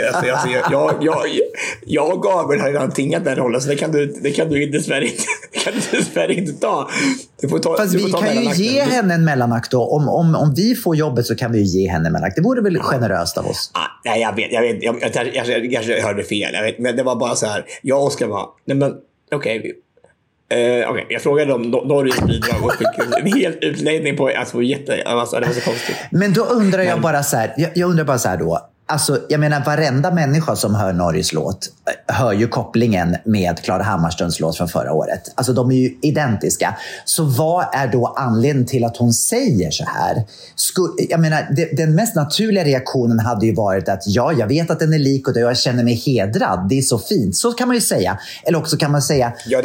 Jag och Gabriel har redan tingat den rollen, så det kan du dessvärre inte ta. Fast vi kan ju ge henne en mellanakt då. Om vi får jobbet så kan vi ju ge henne en mellanakt. Det vore väl generöst av oss. Nej, jag vet. Jag kanske hörde fel. Jag vet, men det var bara så här. Jag och Oskar var... Nej, men okej. Jag frågade om Norges bidrag och fick en hel utläggning på det var så konstigt. Men då undrar jag bara så här, jag undrar bara så här då. Alltså, jag menar, varenda människa som hör Norges låt hör ju kopplingen med Klara Hammarströms låt från förra året. Alltså, de är ju identiska. Så vad är då anledningen till att hon säger så här? Jag menar, den mest naturliga reaktionen hade ju varit att jag vet att den är lik och jag känner mig hedrad. Det är så fint. Så kan man ju säga. Eller också kan man säga, den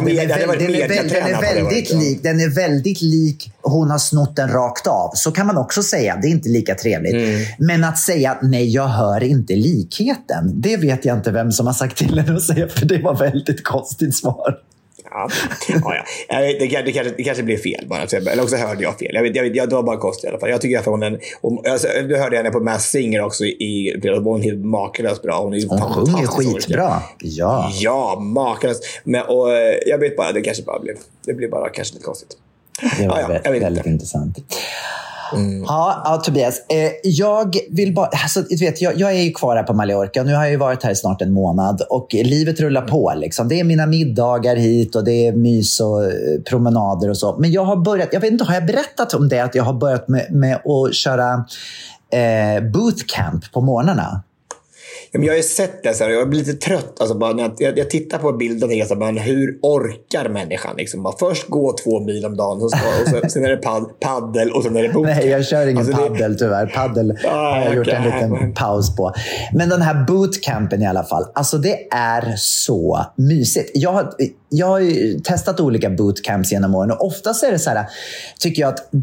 är väldigt lik, hon har snott den rakt av. Så kan man också säga, det är inte lika trevligt. Men att säga, nej, jag hör inte likheten. Det vet jag inte vem som har sagt till henne att säga, för det var väldigt konstigt svar. Ja. Det kanske blev fel bara. Eller också hörde jag fel. Jag det var bara konstigt i alla fall. Jag tycker att du hörde henne på Masked Singer också hon är makalöst bra. Hon sjunger skitbra. Ja, makalöst. Och jag vet bara, det kanske bara blev bara kanske lite konstigt. Det var väldigt intressant. Ja, Tobias. Jag vill bara... Alltså, jag är ju kvar här på Mallorca. Nu har jag ju varit här i snart en månad. Och livet rullar på. Liksom. Det är mina middagar hit och det är mys och promenader och så. Men jag har börjat... Jag vet inte, har jag berättat om det? Att jag har börjat med att köra bootcamp på morgnarna. Men jag har ju sett det så här, jag blir lite trött alltså, bara när jag tittar på bilden och tänker så, hur orkar människan liksom? Bara först gå 2 mil om dagen och sen är det paddel och sen är det bootcamp. Nej, jag kör ingen paddel tyvärr. Paddel har jag gjort en liten paus på. Men den här bootcampen i alla fall, alltså det är så mysigt. Jag har ju testat olika bootcamps genom åren och oftast är det så här, tycker jag att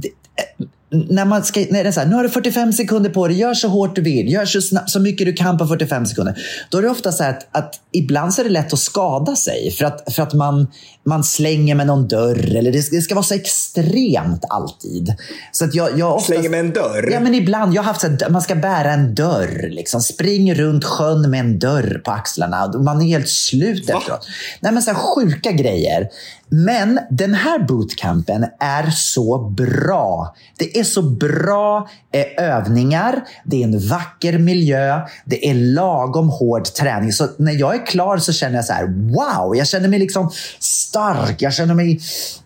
när det är så här, nu har du 45 sekunder på dig, gör så hårt du vill, gör så mycket du kan på 45 sekunder. Då är det ofta så här att ibland så är det lätt att skada sig för att man slänger med någon dörr eller det ska vara så extremt alltid. Så att jag oftast, slänger med en dörr? Ja, men ibland. Jag har haft så att man ska bära en dörr liksom, spring runt sjön med en dörr på axlarna. Man är helt slut efteråt. Nej, men så här sjuka grejer. Men den här bootcampen är så bra. Det är så bra övningar. Det är en vacker miljö. Det är lagom hård träning. Så när jag är klar så känner jag så här, wow, jag känner mig liksom stark. Jag känner mig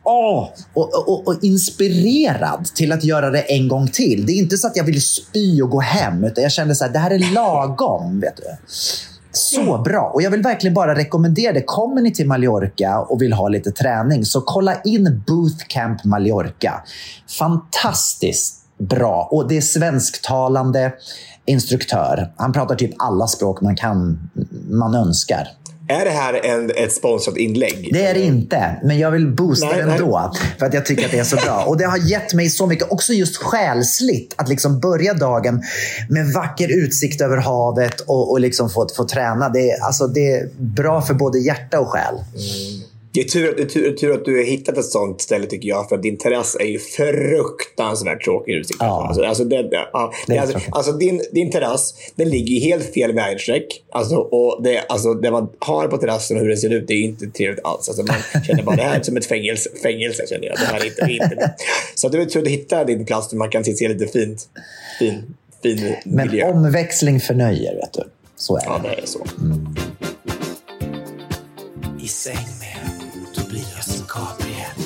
och inspirerad till att göra det en gång till. Det är inte så att jag vill spy och gå hem, utan jag känner så här, det här är lagom, vet du. Så bra. Och jag vill verkligen bara rekommendera det. Kommer ni till Mallorca och vill ha lite träning, så kolla in Bootcamp Mallorca. Fantastiskt bra. Och det är svensktalande instruktör. Han pratar typ alla språk man önskar. Är det här ett sponsrat inlägg? Det är det inte, men jag vill boosta den ändå för att jag tycker att det är så bra. Och det har gett mig så mycket, också just själsligt, att liksom börja dagen med vacker utsikt över havet och liksom få träna. Det är bra för både hjärta och själ. Det är tur att du har hittat ett sånt ställe, tycker jag, för att din terrass är ju fruktansvärt tråkig utsikt. Ja. Alltså din terrass, den ligger ju helt fel väderstreck. Och det man har på terrassen och hur den ser ut, det är ju inte trevligt alls. Alltså man känner bara, det här är som ett fängelse känner jag. Det här är inte. Så det är tur att du hittar din plats där man kan se lite fin miljö. Men omväxling förnöjer, vet du. Så är det. Ja, det är så. I säng med Tobias Gabriel.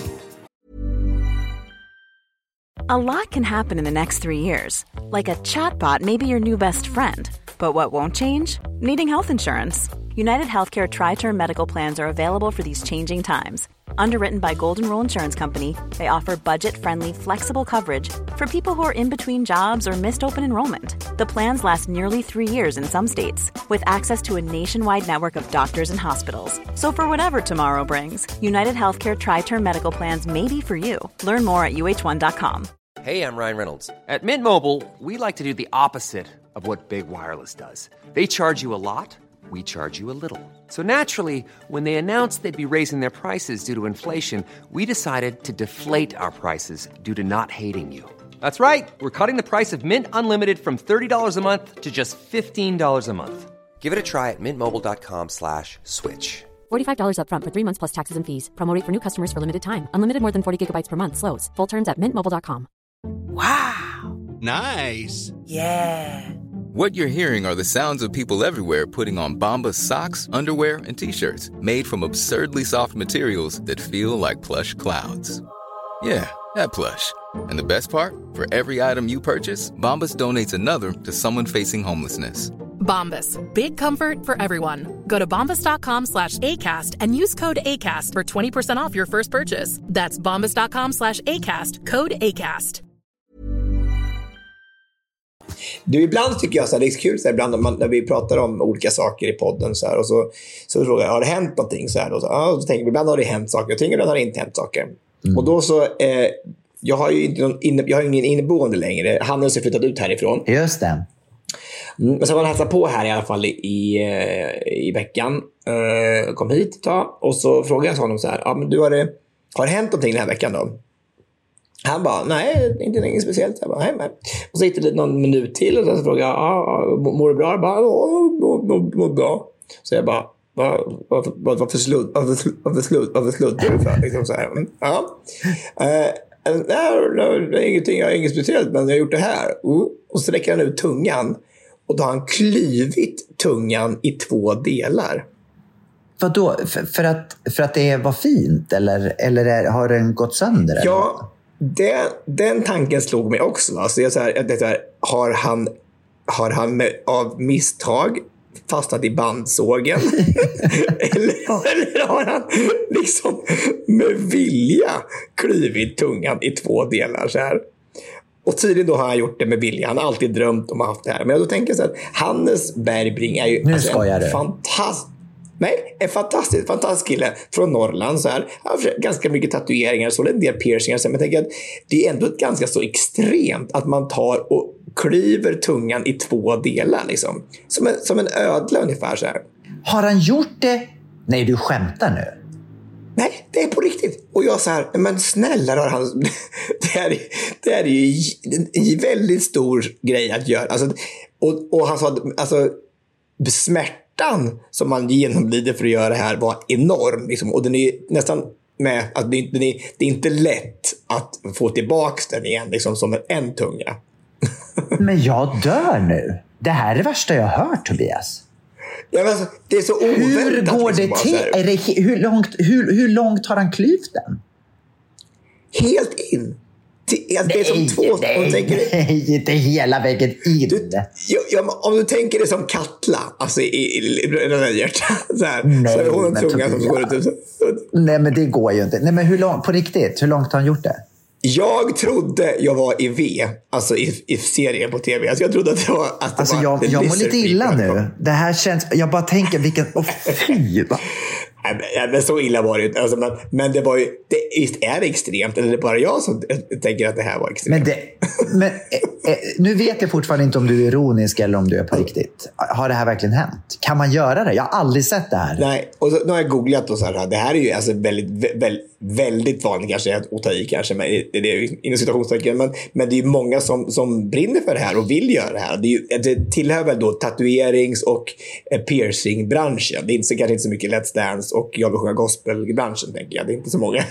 A lot can happen in the next 3 years. Like a chatbot may be your new best friend. But what won't change? Needing health insurance. United Healthcare Tri-Term Medical Plans are available for these changing times. Underwritten by Golden Rule Insurance Company, they offer budget-friendly, flexible coverage for people who are in between jobs or missed open enrollment. The plans last nearly 3 years in some states, with access to a nationwide network of doctors and hospitals. So for whatever tomorrow brings, United Healthcare Tri-Term Medical Plans may be for you. Learn more at uh1.com. Hey, I'm Ryan Reynolds. At Mint Mobile, we like to do the opposite of what Big Wireless does. They charge you a lot. We charge you a little. So naturally, when they announced they'd be raising their prices due to inflation, we decided to deflate our prices due to not hating you. That's right. We're cutting the price of Mint Unlimited from $30 a month to just $15 a month. Give it a try at mintmobile.com/switch. $45 up front for 3 months plus taxes and fees. Promo rate for new customers for limited time. Unlimited more than 40 gigabytes per month. Slows full terms at mintmobile.com. Wow. Nice. Yeah. What you're hearing are the sounds of people everywhere putting on Bombas socks, underwear, and T-shirts made from absurdly soft materials that feel like plush clouds. Yeah, that plush. And the best part? For every item you purchase, Bombas donates another to someone facing homelessness. Bombas. Big comfort for everyone. Go to bombas.com/ACAST and use code ACAST for 20% off your first purchase. That's bombas.com/ACAST. Code ACAST. Du, ibland tycker jag så här, det är kul så här, ibland när vi pratar om olika saker i podden så här, och så frågar jag, har det hänt någonting så här, och så tänker jag, ibland har det hänt saker, jag tänker ibland har det inte hänt saker. Och då så jag har ju jag har ingen inneboende längre. Han har flyttat ut härifrån. Just det. Men så var han hälsade på här i alla fall i veckan. Kom hit ett tag, och så frågade jag honom så här, ja, men du har det hänt någonting den här veckan då? Han bara, nej, inte något speciellt. Jag bara, nej. Och så gick det någon minut till, och så frågade jag, mår du bra? Jag bara, mår bra. Så jag bara, varför sluddar du för? Liksom så här. Ja. Nej, ingenting, jag har inget speciellt, men jag har gjort det här. Och så räcker han ut tungan, och då har han klyvit tungan i 2 delar. Vadå? För att det var fint? Eller har den gått sönder? Ja, den tanken slog mig också. Alltså jag så här, har han av misstag fastnat i bandsågen? eller har han liksom med vilja klivit tungan i 2 delar så här? Och tydligen då har han gjort det med vilja. Han har alltid drömt om att ha haft det här. Men då tänker jag så här, Hannes Bergbring är ju en fantastisk kille från Norrland så här. Han har ganska mycket tatueringar, så en del piercingar, så jag tänker att det är ändå ett ganska så extremt att man tar och klyver tungan i 2 delar liksom. Som en ödla ungefär så här. Har han gjort det? Nej, du skämtar nu. Nej, det är på riktigt. Och jag så här, men snälla då, han det är ju en väldigt stor grej att göra. Alltså, och han sa, alltså, smärtan som man genomlider för att göra det här var enorm liksom. Och den är nästan med att det är inte lätt att få tillbaka den igen liksom, som en tunga. Men jag dör nu. Det här är det värsta jag har hört, Tobias. Ja, men alltså, det är så oväntat. Hur går det till? Hur långt har han klyvt den? Helt in. Det är som 2... Nej, inte hela vägen in. Om du tänker det som Katla, alltså i rödhjärta. Nej, men det går ju inte. Nej, men hur långt, på riktigt, hur långt har han gjort det? Jag trodde jag var i V, alltså i serien på tv. Alltså jag trodde att det var... Alltså jag mår lite illa nu. Det här känns... Jag bara tänker vilken... fy! Men så illa var det ju. Alltså, men det var ju... Visst är det extremt? Eller är det bara jag som tänker att det här var extremt? Men nu vet jag fortfarande inte om du är ironisk eller om du är på riktigt. Har det här verkligen hänt? Kan man göra det? Jag har aldrig sett det här. Nej, och så, nu har jag googlat och så här. Det här är ju alltså väldigt vanligt kanske att ta i kanske. Men det är inom situationstecken. Men det är ju många som brinner för det här och vill göra det här. Det tillhör väl då tatuerings- och piercing-branschen. Det är kanske inte så mycket Let's Dance och jag vill sjunga gospel-branschen, tänker jag. Det är inte så många.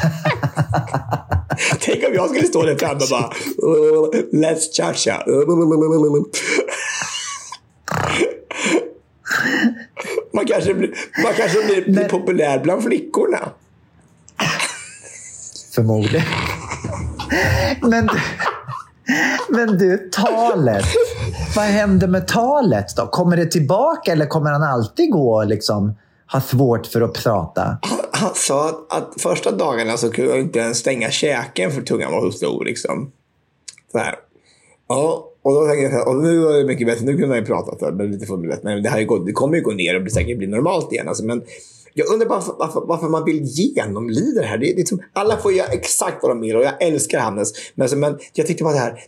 Tänk om jag skulle stå där framme och bara let's cha-cha. Man kanske blir populär bland flickorna. Förmodligen. Men du, talet. Vad händer med talet då? Kommer det tillbaka eller kommer han alltid gå liksom ha svårt för att prata? Han sa att första dagarna så kunde jag inte ens stänga käken för tungan var så stor liksom. Så här. Ja, och då tänkte jag, och nu var det mycket bättre, nu kunde man ju prata för det lite förberett, men det kommer ju gå ner och säkert bli normalt igen alltså, men jag undrar bara varför man vill genomlida det här. Det är liksom, alla får göra exakt vad de vill och jag älskar Hannes, men jag tyckte bara det här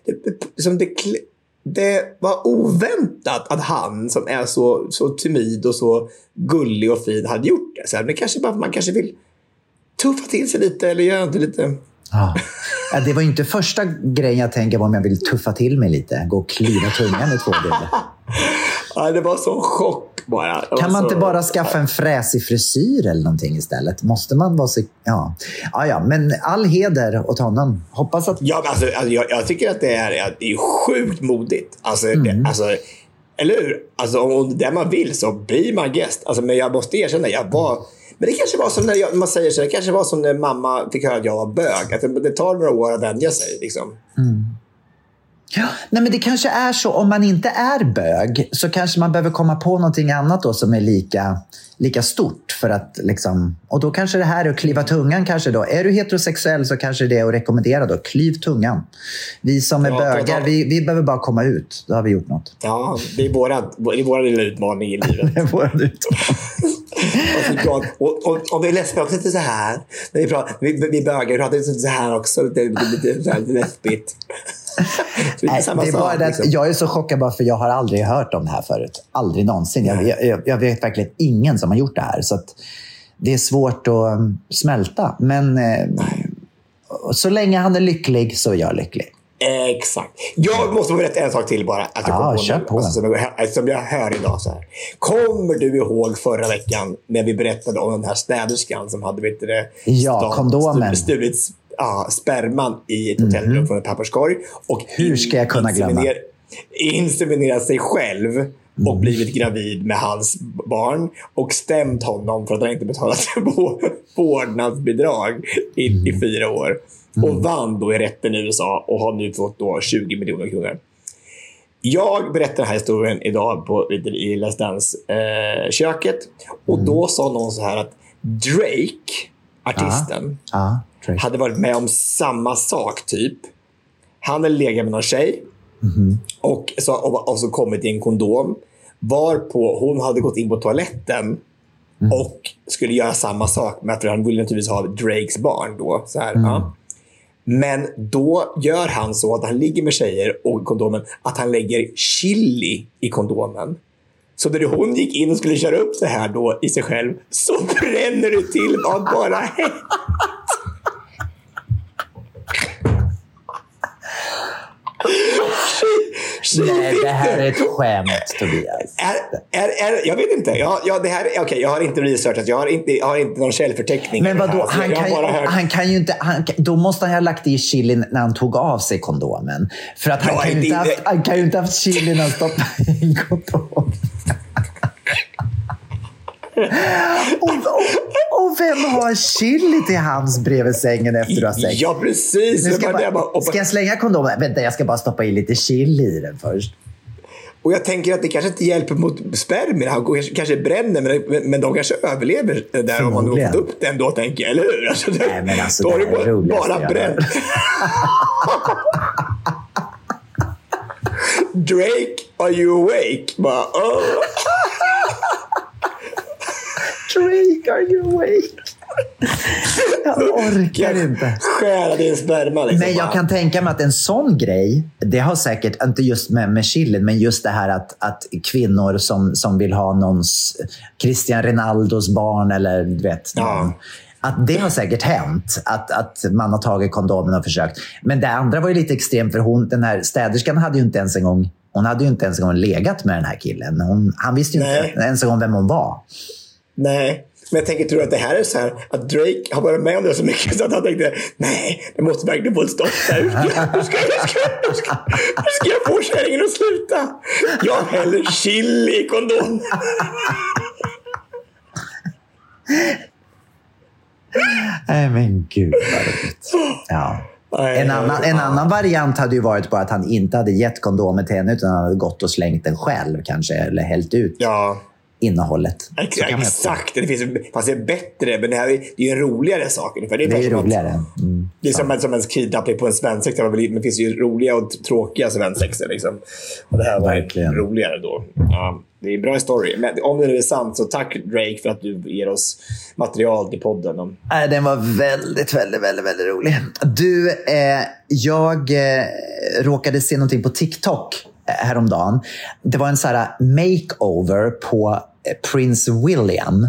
det var oväntat att han som är så timid och så gullig och fin hade gjort det. Så här, men kanske bara man kanske vill tuffa till sig lite eller göra inte lite. Ja, det var ju inte första grejen jag tänker på om jag vill tuffa till mig lite. Gå och kliva tungan i 2 delar. Ja, det var så chock bara. Kan man inte bara skaffa en fräsig frisyr eller någonting istället? Måste man vara så... Ja, men all heder åt honom. Hoppas att... Ja, men alltså, jag tycker att det är sjukt modigt. Alltså, eller hur? Alltså, om det man vill så blir man gäst. Alltså, men jag måste erkänna, men det kanske var som när man säger så. Det kanske var som när mamma fick höra att jag var bög. Att det tar några år att vänja sig liksom. Ja, nej, men det kanske är så, om man inte är bög så kanske man behöver komma på någonting annat då som är lika stort för att liksom, och då kanske det här är att kliva tungan kanske då. Är du heterosexuell så kanske det är att rekommendera då, kliv tungan. Vi som är bögar, vi behöver bara komma ut, då har vi gjort något. Ja, det är våra lilla utmaning i livet. Det är våran utmaning. Och vi läser också lite så här. Vi bögar pratar lite så här också, lite läspigt. Det är bara det att jag är så chockad bara för jag har aldrig hört om det här förut. Aldrig någonsin. Jag vet verkligen ingen som har gjort det här. Så att det är svårt att smälta. Men så länge han är lycklig så är jag lycklig. Exakt. Jag måste berätta en sak till bara. Att jag kör på. Som jag hör idag så här. Kommer du ihåg förra veckan när vi berättade om den här städerskan som hade kondomen. Stulits sperman i ett hotellrum från ett papperskorg. Och hur ska jag kunna glömma? Inseminerat sig själv och blivit gravid med hans barn och stämt honom för att han inte betalat vårdnadsbidrag i 4 år. Och vann då i rätten i USA och har nu fått då 20 miljoner kronor. Jag berättar den här historien idag i Let's Dance-köket. Och då sa någon så här att Drake, artisten, hade varit med om samma sak typ. Han hade legat med någon tjej och så kommit i en kondom. Varpå hon hade gått in på toaletten och skulle göra samma sak. Men för han ville naturligtvis ha Drakes barn då. Så här, Men då gör han så att han ligger med tjejer och kondomen, att han lägger chili i kondomen. Så när hon gick in och skulle köra upp det här då i sig själv, så bränner det till av bara hett. Nej, det här är ett skämt, Tobias. Jag vet inte. Det här, okej, jag har inte researchat. Jag har inte någon källförteckning. Men vadå? Han kan ju inte... då måste han ha lagt i chilin när han tog av sig kondomen. För att han kan ju inte haft chilin att stoppa i en kondom. Och vem har chili till hans bredvid sängen efter att ha sex? Ja, precis. Ska jag slänga kondomen? Vänta, jag ska bara stoppa i lite chili i den först. Och jag tänker att det kanske inte hjälper mot spermier. Han kanske bränner, men de kanske överlever där om man har fått upp den då, tänker jag. Eller hur? Alltså, nej, men alltså, då har det bara bränt. Drake, are you awake? Bara, Drake, are you awake? Jag orkar inte. Skära din sperma liksom. Men jag kan tänka mig att en sån grej, det har säkert, inte just med chilin, men just det här att kvinnor som vill ha någons Cristiano Ronaldos barn eller du vet, att det har säkert hänt att man har tagit kondomen och försökt. Men det andra var ju lite extremt, för den här städerskan hade ju inte ens en gång legat med den här killen. Han visste ju inte ens en gång vem hon var. Nej, men jag tänker, tror att det här är så här att Drake har varit med om det så mycket så att han tänkte, nej, det måste verkligen få ett stopp där. Hur ska jag få kärringen att sluta? Jag häller chili i kondom. Nej, men gud vad roligt. Ja. En annan variant hade ju varit bara att han inte hade gett kondomen till henne, utan han hade gått och slängt den själv kanske, eller hällt ut innehållet. Exakt, det finns en bättre, men det här är ju en roligare sak. För det är roligare. Det är som en kidnappning på en svensexa, men det finns ju roliga och tråkiga svensexor liksom. Och det här var verkligen roligare då. Ja, det är en bra story. Men om det är sant, så tack Drake för att du ger oss material till podden. Den var väldigt, väldigt, väldigt, väldigt rolig. Du, jag råkade se någonting på TikTok häromdagen. Det var en sån här makeover på Prince William.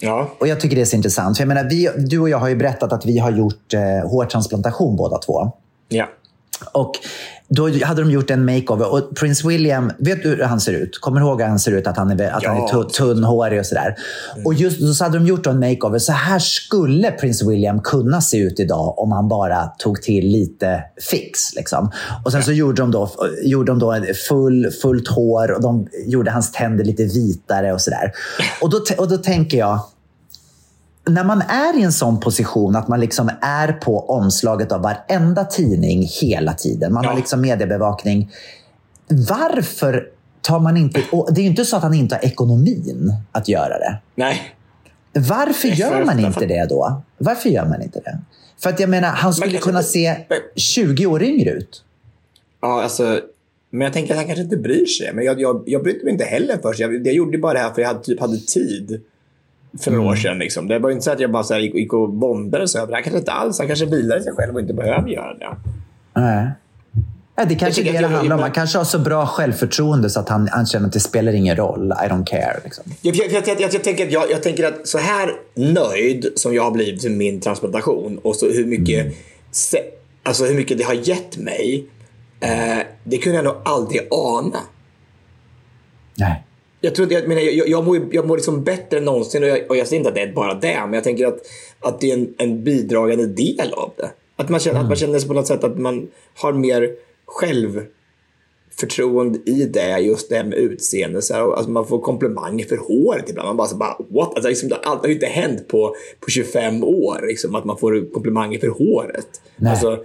Ja. Och jag tycker det är så intressant. För jag menar, du och jag har ju berättat att vi har gjort hårtransplantation båda två. Ja. Och då hade de gjort en makeover. Och Prince William, vet du hur han ser ut? Kommer du ihåg hur han ser ut? Att han är tunnhårig och sådär. Och just så hade de gjort en makeover. Så här skulle Prince William kunna se ut idag om han bara tog till lite fix. Liksom. Och sen så gjorde de då fullt hår och de gjorde hans tänder lite vitare och sådär. Och då tänker jag, när man är i en sån position att man liksom är på omslaget av varenda tidning hela tiden. Man har liksom mediebevakning. Varför tar man inte... Och det är ju inte så att han inte har ekonomin att göra det. Nej. Varför gör man inte det då? Varför gör man inte det? För att jag menar, han skulle kunna se 20 år yngre ut. Ja, alltså... Men jag tänker att han kanske inte bryr sig. Men jag brydde mig inte heller först. Jag gjorde bara det här för jag hade tid. För några år sedan liksom. Det var inte så att jag bara så här gick och bombade så över. Han kanske inte alls. Han kanske vilade sig själv och inte behöver göra det. Nej. Det kanske är det handlar om. Man kanske har så bra självförtroende så att han känner att det spelar ingen roll. I don't care. Liksom. Jag tänker att så här nöjd som jag har blivit med min transplantation och så hur mycket det har gett mig, det kunde jag nog aldrig ana. Nej. Jag tror jag mår liksom bättre än någonsin och jag ser inte att det är bara det, men jag tänker att det är en bidragande del av det. Att man känner sig på något sätt att man har mer självförtroende i det, just det med utseende. Så alltså man får komplimanger för håret ibland. Man bara what? Alltså liksom, det har ju inte hänt på 25 år liksom, att man får komplimanger för håret. Nej. Alltså,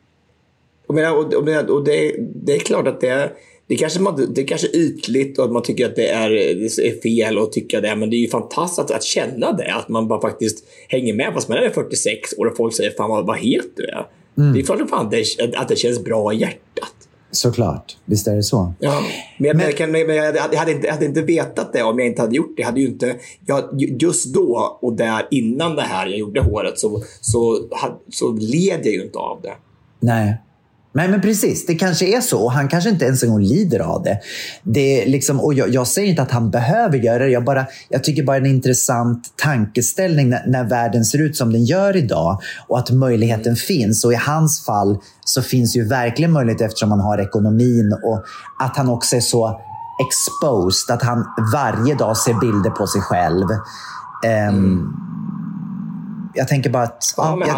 och det är klart att det kanske är ytligt och att man tycker att det är fel att tycka det, men det är ju fantastiskt att känna det, att man bara faktiskt hänger med fast man är 46 år och folk säger fan vad het du är. Det är klart att det känns bra i hjärtat. Såklart, visst är det så. Ja, men jag hade inte vetat det om jag inte hade gjort det. Hade ju inte, just då och där innan det här jag gjorde håret så led jag ju inte av det. Nej. Men precis, det kanske är så. Och han kanske inte ens en gång lider av det. Det är liksom, och jag säger inte att han behöver göra det. Jag tycker bara en intressant tankeställning när världen ser ut som den gör idag. Och att möjligheten finns. Och i hans fall så finns ju verkligen möjlighet eftersom han har ekonomin. Och att han också är så exposed. Att han varje dag ser bilder på sig själv. Jag tänker bara att...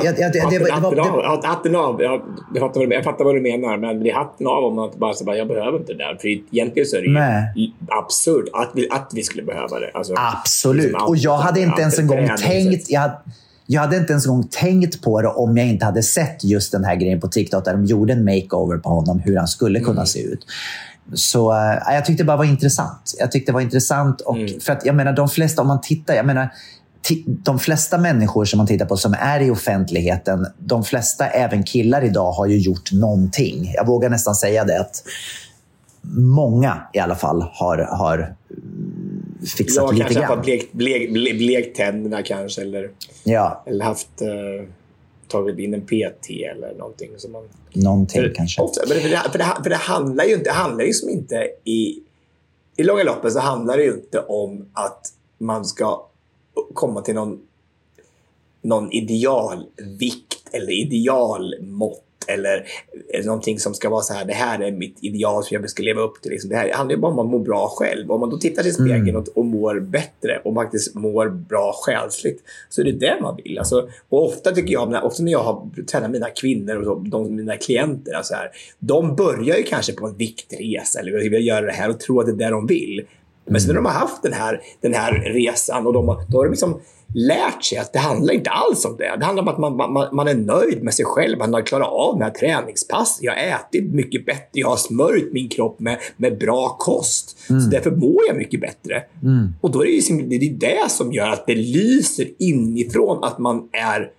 Jag fattar vad du menar, men det blir hatten av om man bara säger jag behöver inte det där. För egentligen så är det ju absurt att vi skulle behöva det. Alltså, absolut. Liksom och jag hade inte ens en gång tänkt... Jag hade inte ens en gång tänkt på det om jag inte hade sett just den här grejen på TikTok där de gjorde en makeover på honom, hur han skulle kunna se ut. Så jag tyckte det bara var intressant. Och för att jag menar, de flesta, om man tittar, de flesta människor som man tittar på som är i offentligheten, de flesta, även killar idag, har ju gjort någonting. Jag vågar nästan säga det, att många i alla fall har fixat lite grann. Kanske blekt tänderna kanske, eller haft tagit in en PT eller någonting som man... Någonting kanske. För det handlar ju inte, i långa loppet så handlar det ju inte om att man ska komma till någon idealvikt eller idealmått eller någonting som ska vara så här, det här är mitt ideal som jag ska leva upp till. Liksom. Det här handlar ju bara om att man mår bra själv. Om man då tittar i spegeln och mår bättre och faktiskt mår bra själsligt, så är det det man vill. Alltså, och ofta tycker jag, också när jag har tränat mina kvinnor och mina klienter, alltså här, de börjar ju kanske på en viktresa eller vill göra det här och tror att det är det de vill. Men sen när de har haft den här resan och då har de liksom lärt sig att det handlar inte alls om det. Det handlar om att man är nöjd med sig själv. Man har klarat av den här träningspass. Jag har ätit mycket bättre. Jag har smörjt min kropp med bra kost. Så därför mår jag mycket bättre. Och då är det ju det som gör att det lyser inifrån att man är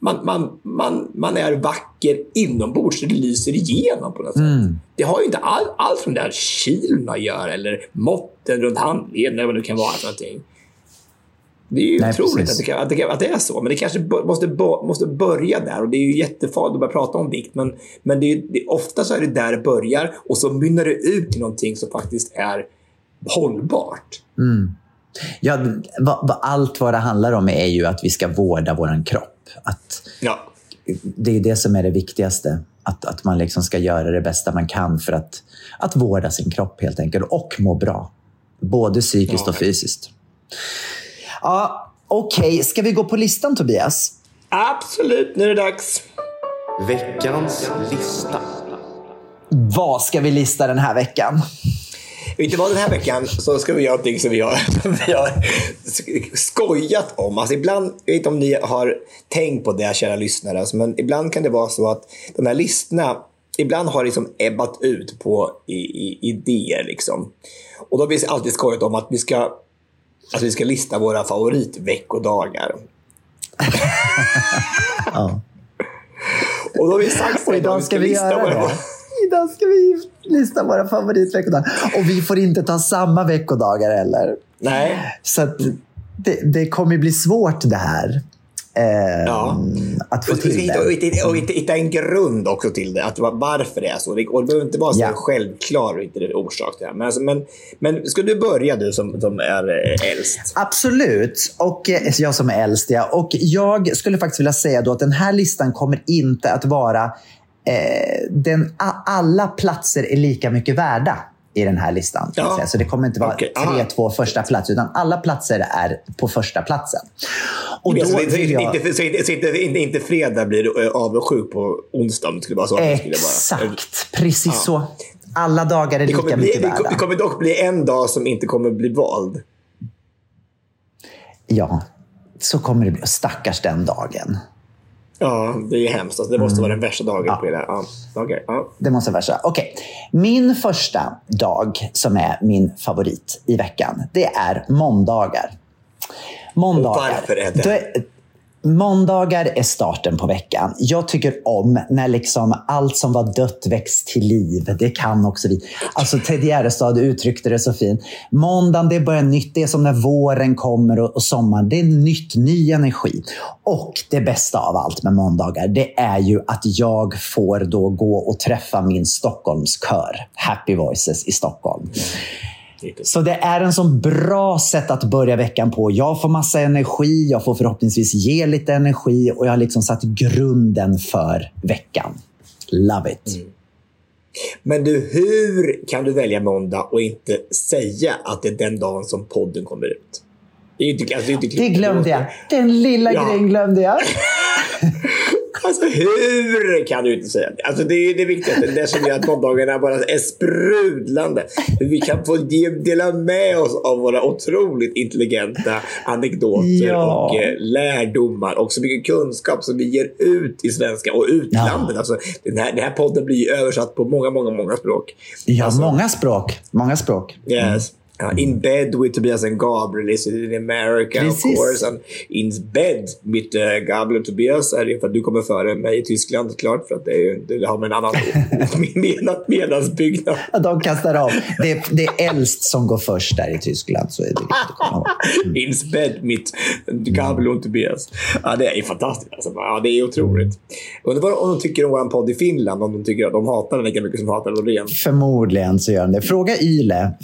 vacker inombords, så det lyser igenom på något sätt. Det har ju inte allt från där kilorna gör eller måtten runt handleden eller vad det kan vara för någonting. Det är ju otroligt att det är så, men det kanske måste börja där, och det är ju jättefarligt att börja prata om vikt, men ofta så är det där det börjar och så mynnar det ut i någonting som faktiskt är hållbart. Ja, allt vad det handlar om är ju att vi ska vårda våran kropp. Det är det som är det viktigaste. Att man liksom ska göra det bästa man kan för att vårda sin kropp helt enkelt. Och må bra. Både psykiskt och fysiskt. Ja, okej. Ska vi gå på listan, Tobias? Absolut, nu är det dags. Veckans lista. Vad ska vi lista den här veckan? Inte vad den här veckan så ska vi göra någonting som vi har skojat om. Alltså ibland, jag vet inte om ni har tänkt på det, kära lyssnare, alltså, men ibland kan det vara så att de här listorna ibland har liksom ebbat ut på idéer liksom. Och då har vi alltid skojat om att vi ska lista våra favoritveckodagar. Ja. Och då har vi sagt att idag ska vi göra det. Idag ska vi lista våra favoritveckodagar. Och vi får inte ta samma veckodagar heller. Nej. Så att det kommer bli svårt det här. Att få till det. Och hitta en grund också till det. Att varför det är så. Och det behöver inte vara så självklar och inte det orsak till det. Men ska du börja, du som är äldst? Absolut. Och jag som är äldst, ja. Och jag skulle faktiskt vilja säga då att den här listan kommer inte att vara alla platser är lika mycket värda i den här listan. Så det kommer inte vara 3-2 första plats, utan alla platser är på första platsen. Och då inte fredag blir avundsjuk på onsdag. Det skulle vara så. Exakt, precis så. Alla dagar är lika mycket värda. Det kommer dock bli en dag som inte kommer bli vald. Ja, så kommer det bli. Stackars den dagen. Ja, det är hemskt. Alltså, det måste vara den värsta dagen på det. Det måste vara värsta. Okej. Min första dag som är min favorit i veckan, det är måndagar. Måndagar. Varför är det? Måndagar är starten på veckan. Jag tycker om när liksom allt som var dött väcks till liv. Det kan också vi. Alltså Ted Gärdestad uttryckte det så fint. Måndagen, det börjar nytt. Det är som när våren kommer och sommaren. Det är nytt, ny energi. Och det bästa av allt med måndagar, det är ju att jag får då gå och träffa min Stockholmskör. Happy Voices i Stockholm. Så det är en sån bra sätt att börja veckan på. Jag får massa energi, jag får förhoppningsvis ge lite energi och jag har liksom satt grunden för veckan. Love it. Men du, hur kan du välja måndag och inte säga att det är den dagen som podden kommer ut? Det glömde jag. Den lilla grejen glömde jag. Alltså hur kan du inte säga det? Alltså det är det viktigaste. Det som gör att måndagarna bara är sprudlande. Vi kan få dela med oss av våra otroligt intelligenta anekdoter och lärdomar. Och så mycket kunskap som vi ger ut i svenska och utlandet. Alltså, den här podden blir översatt på många språk. Ja, alltså, många språk. Yes. In bed with Tobias and Gabriel is in America, of course. And in bed with Gabriel och Tobias är det för att du kommer före mig i Tyskland, klart, för att det har med en annan medlemsbyggnad. De kastar av. Det är äldst som går först där i Tyskland, så är det viktigt att komma ihåg. In bed with Gabriel och Tobias. Ja, det är fantastiskt. Alltså. Ja, det är otroligt. Undrar om de tycker om våran podd i Finland, om de tycker att de hatar den lika mycket som hatar Loreen. Förmodligen så gör de det. Fråga Yle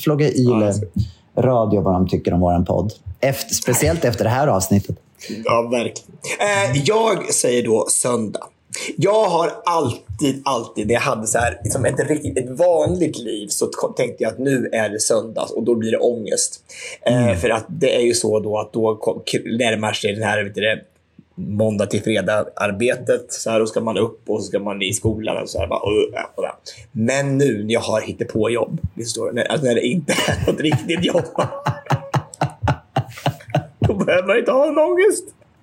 radio vad de tycker om våran podd. Speciellt efter det här avsnittet. Ja, verkligen. Jag säger då söndag. Jag har alltid när jag hade så här, liksom ett vanligt liv, så tänkte jag att nu är det söndags och då blir det ångest. För att det är ju så då att då närmar sig den här måndag till fredag arbetet, så här, då ska man upp och så ska man i skolan och så här, bara. Men nu när jag har hittat på jobb, när det inte är något riktigt jobb, då behöver man inte ha en ångest.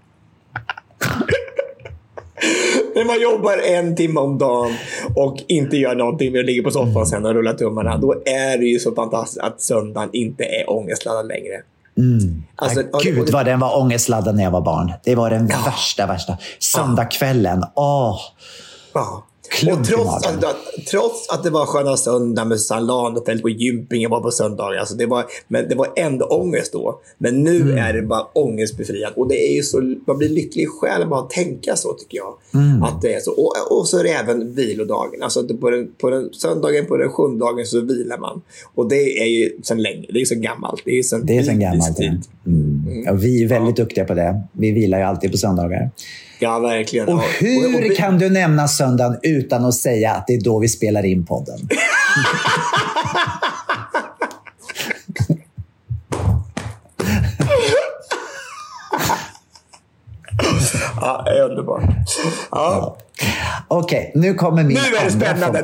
När man jobbar 1 timme om dagen och inte gör någonting, men ligger på soffan sen och rullar tummarna, då är det ju så fantastiskt att söndagen inte är ångestladdad längre. Alltså, Gud vad den var ångestladdad när jag var barn. Det var den värsta. Söndagskvällen. Och trots att det var sköna söndag med salon och fält på gympingen var på söndagar. Alltså men det var ändå ångest då. Men nu är det bara ångestbefriat. Och det är ju så, man blir lycklig i själen bara att tänka så, tycker jag. Att det är så. Och så är det även vilodagen. Alltså på den söndagen, på den 7:e dagen så vilar man. Och det är ju sen länge. Det är så gammalt. Det är sen gammalt. Ja, vi är väldigt duktiga på det. Vi vilar ju alltid på söndagar. Ja, verkligen. Och hur kan du nämna söndagen utan att säga att det är då vi spelar in podden? Ja, underbart. Ja. Okej, nu kommer min Nu är det spännande.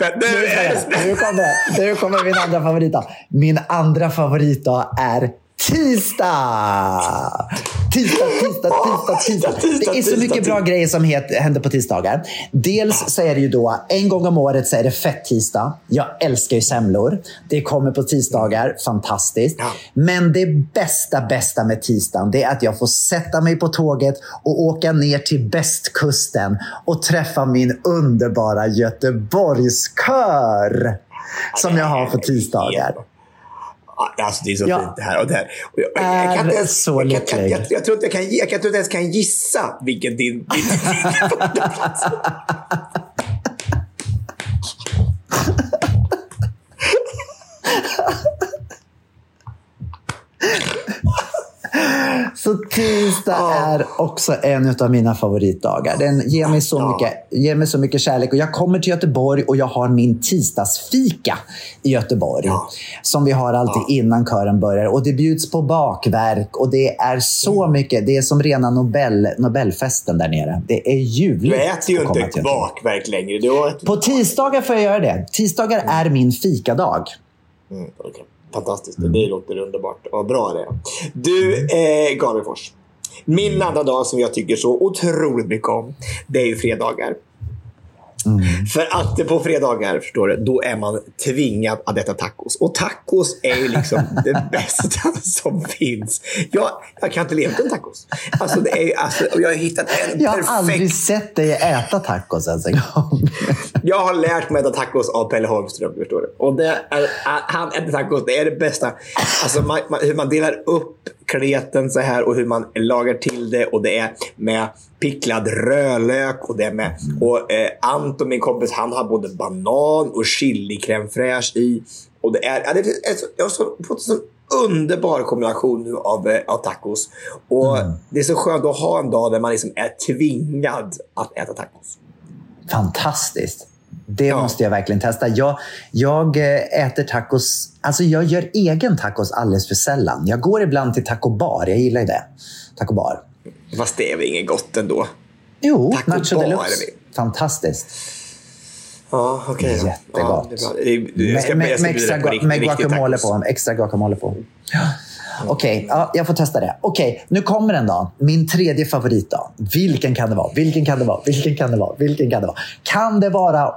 Nu kommer min andra favoritdag. Min andra favoritdag är tisdag. Tisdag. Det är så mycket bra grejer som händer på tisdagar. Dels så är det ju då, en gång om året så är det fett-tisdag. Jag älskar ju semlor. Det kommer på tisdagar, fantastiskt. Men det bästa med tisdagen, det är att jag får sätta mig på tåget och åka ner till västkusten och träffa min underbara Göteborgskör som jag har på tisdagar. Alltså det är så fint det här och det här. Jag kan inte ens, jag tror inte jag ens kan gissa vilken din plats. Så tisdag är också en av mina favoritdagar. Den ger mig så mycket kärlek. Och jag kommer till Göteborg och jag har min tisdagsfika i Göteborg. Som vi har alltid innan kören börjar. Och det bjuds på bakverk. Och det är så mycket. Det är som rena Nobelfesten där nere. Det är ljuvligt. Du äter ju inte bakverk längre. På tisdagar får jag göra det. Tisdagar är min fikadag. Okay. Fantastiskt, det låter underbart. Vad bra det är. Du, Gabrielfors. Min andra dag som jag tycker så otroligt mycket om, det är ju fredagar. För att på fredagar, förstår du, då är man tvingad att äta tacos. Och tacos är ju liksom det bästa som finns. Jag kan inte leva utan tacos. Alltså, det är, och jag har hittat en Jag har aldrig sett dig äta tacos ens en gång. Jag har lärt mig att äta tacos av Pelle Holmström, förstår du. Och han äter tacos, det är det bästa. Alltså hur man delar upp kleten så här och hur man lagar till det, och det är med picklad rödlök och det är med Anton, min kompis, han har både banan och chili crème fraîche i, och det är jag har fått en sån underbar kombination nu av tacos, och det är så skönt att ha en dag där man liksom är tvingad att äta tacos. Fantastiskt. Det måste jag verkligen testa. Jag äter tacos. Alltså jag gör egen tacos alldeles för sällan. Jag går ibland till taco bar. Jag gillar ju det. Taco bar. Fast det är väl inget gott ändå? Jo, taco nacho deluxe. Fantastiskt. Ja, okej. Jättegott. Ja, med guacamole på. Extra guacamole på. Okej, jag får testa det. Okej, nu kommer den då. Min tredje favoritdag. Vilken kan det vara? Kan det vara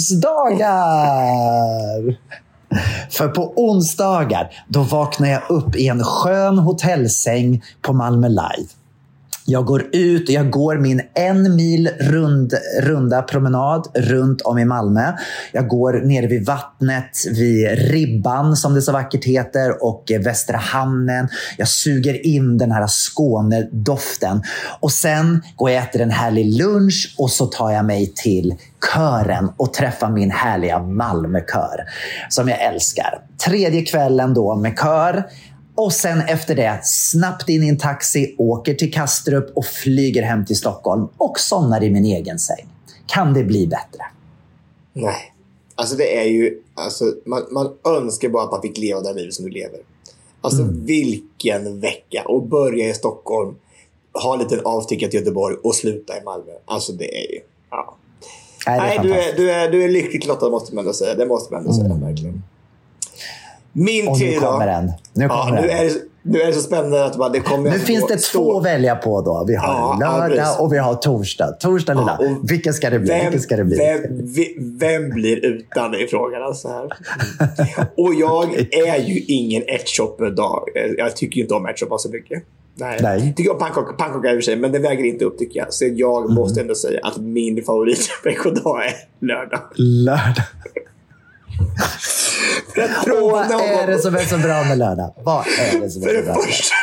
onsdagar? För på onsdagar, då vaknar jag upp i en skön hotellsäng på Malmö Live. Jag går ut och jag går min 1 mil runda promenad runt om i Malmö. Jag går ner vid vattnet, vid Ribban som det så vackert heter, och Västra hamnen. Jag suger in den här Skånedoften. Och sen går jag äter en härlig lunch och så tar jag mig till kören och träffar min härliga Malmökör som jag älskar. Tredje kvällen då med kör. Och sen efter det snabbt in i en taxi, åker till Kastrup och flyger hem till Stockholm och somnar i min egen säng. Kan det bli bättre? Nej. Alltså det är ju, alltså, man önskar bara att man fick leva det livet som du lever. Alltså vilken vecka. Och börja i Stockholm, ha en liten avstickare till Göteborg och sluta i Malmö. Alltså det är ju, ja. Nej, du är lyckligt lottad, måste man ändå säga. Det måste man ändå säga, verkligen. Min tid då. Nu är det så spännande att det kommer. Nu finns det två att välja på då. Vi har lördag och vi har torsdag. Torsdag lilla. Vilken ska det bli? Vem blir utan i frågan alltså här? Och jag är ju ingen ärtsoppedag. Jag tycker ju inte om ärtsoppa så mycket. Nej. Tycker jag pannkaka i och för sig, men det väger inte upp tycker jag. Så jag måste ändå säga att min favoritveckodag är lördag. Vad är det som är så bra med lördag? Vad är det som är så bra?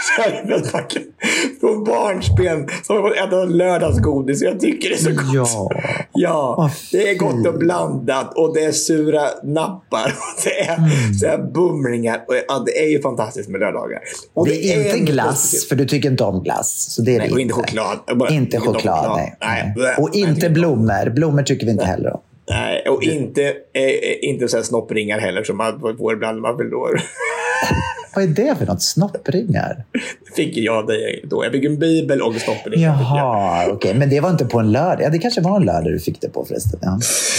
Från barnsben så har jag ätit lördagsgodis. Jag tycker det är så gott. Ja, det är gott och blandat. Och det är sura nappar. Och det är så här bumlingar. Och det är ju fantastiskt med lördagar. Och det är inte glass, för du tycker inte om glass. Så det är nej, och inte choklad. Inte choklad, nej. Och inte blommor. Blommor tycker vi inte heller om. Nej, och inte så här snoppringar heller som man får ibland när man förlorar. Vad är det för något? Snoppringar? Fick jag det då. Jag fick en bibel och snoppringar. Jaha, okej. Men det var inte på en lördag. Ja, det kanske var en lördag du fick det på förresten. Ja.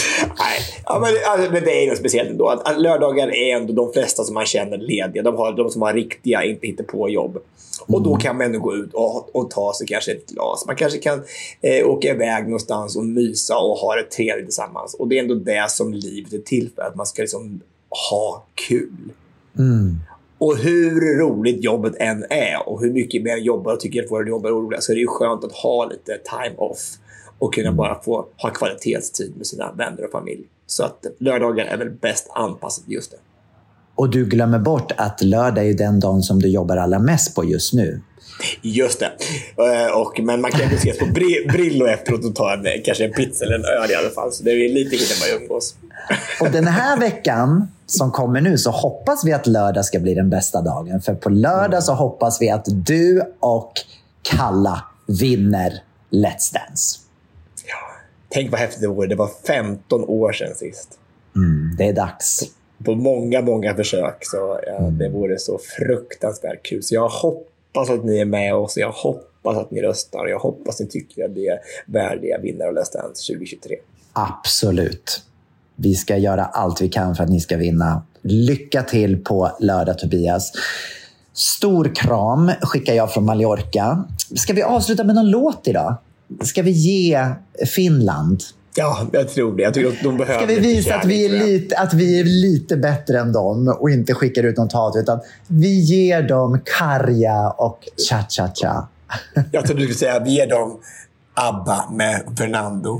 Nej, men det är något speciellt ändå. Att lördagar är ändå de flesta som man känner lediga. De som har riktiga, inte hittar på jobb. Och då kan man ändå gå ut och ta sig kanske ett glas. Man kanske kan åka iväg någonstans och mysa och ha det trevligt tillsammans. Och det är ändå det som livet är till för. Att man ska liksom ha kul. Och hur roligt jobbet än är och hur mycket mer jobbar och tycker att våra jobbar är roliga, så är det ju skönt att ha lite time off och kunna bara få ha kvalitetstid med sina vänner och familj. Så att lördagar är väl bäst anpassat just det. Och du glömmer bort att lördag är den dagen som du jobbar allra mest på just nu. Just det. Men man kan inte ses på Brillo efteråt och ta kanske en pizza eller en öl i alla fall. Så det är lite kul när man umgås. Och den här veckan som kommer nu så hoppas vi att lördag ska bli den bästa dagen. För på lördag så hoppas vi att du och Kalla vinner Let's Dance. Ja, tänk vad häftigt det vore. Det var 15 år sedan sist. Det är dags. På många försök. Så det vore så fruktansvärt kul. Så jag hoppas att ni är med oss. Jag hoppas att ni röstar. Jag hoppas att ni tycker att det är värdiga vinnare av Let's Dance 2023. Absolut. Vi ska göra allt vi kan för att ni ska vinna. Lycka till på lördag, Tobias. Stor kram skickar jag från Mallorca. Ska vi avsluta med någon låt idag? Ska vi ge Finland? Ja, jag tror det. Jag tycker att de behöver. Ska vi visa att vi är lite bättre än dem och inte skickar ut något hat, utan vi ger dem Karja och Cha-Cha-Cha. Jag tror du skulle säga att vi ger dem ABBA med Fernando.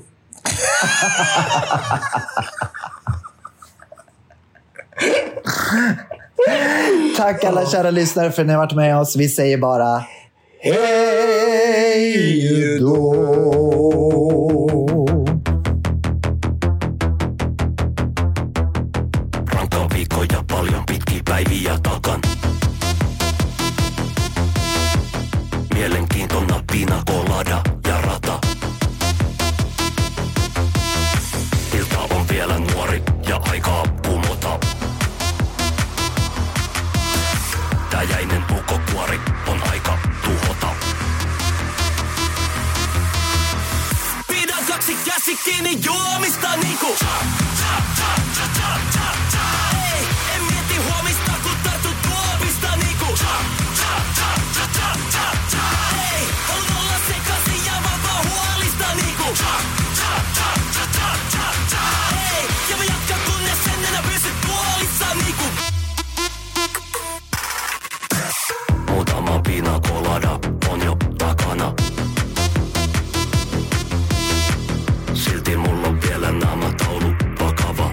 Tack alla kära lyssnare för att ni har varit med oss. Vi säger bara hej då. Rankkaa viikkoja, paljon pitkiä päiviä takan. Mielenkiintona pina colada ja rata. Ilta on vielä nuori ja aikaa kumota. Tää jäinen pukokuori on aika tuhota. Pidän kaksi käsi kiinni juomista niinku. Ei, en mieti huomista kun tartu tuopista niinku. Ei, haluan olla sekaisin ja vapaa huolista niinku. Ei, ja mä jatkan kunnes en enää pysy tuolissa niinku. Muutama pina colada on jo takana. Silti mulla on vielä naamataulu vakava.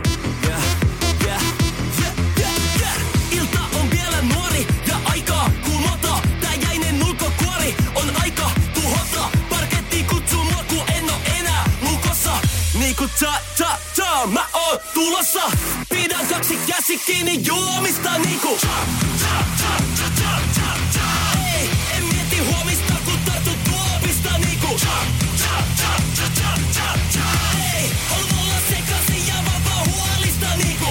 Ilta on vielä nuori ja aikaa kumota. Tää jäinen ulkokuori on aika tuhota. Parketti kutsuu mua ku en oo enää lukossa. Niinku ta, mä oon tulossa. Pidän kaksi käsi kiinni juomista niinku. Ei, en mieti huomista kun tartu tuopista niinku. Ei, haluan olla sekaisin ja vapaa huolista niinku.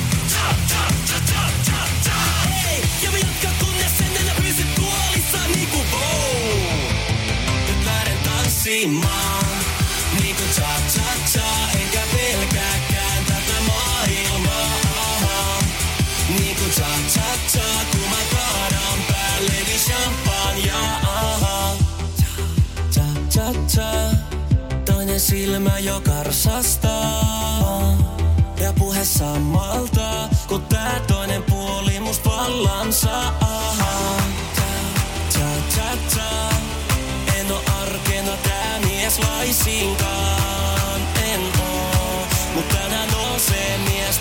Ei, ja mä jatkan kunnes en enää pysy tuolissa niinku. Nyt lähden tanssimaan niinku cha-cha-cha. Enkä pelkääkään tätä maailmaa. Niinku cha-cha-cha, kun mä kaadan päälleni champagnea. Cha-cha-cha, toinen silmä jo karsastaa. Ja puhe samalta, kun tää toinen puoli must vallan saa. Cha-cha-cha. laisinkaan en oo. Mut tänään nousee mies,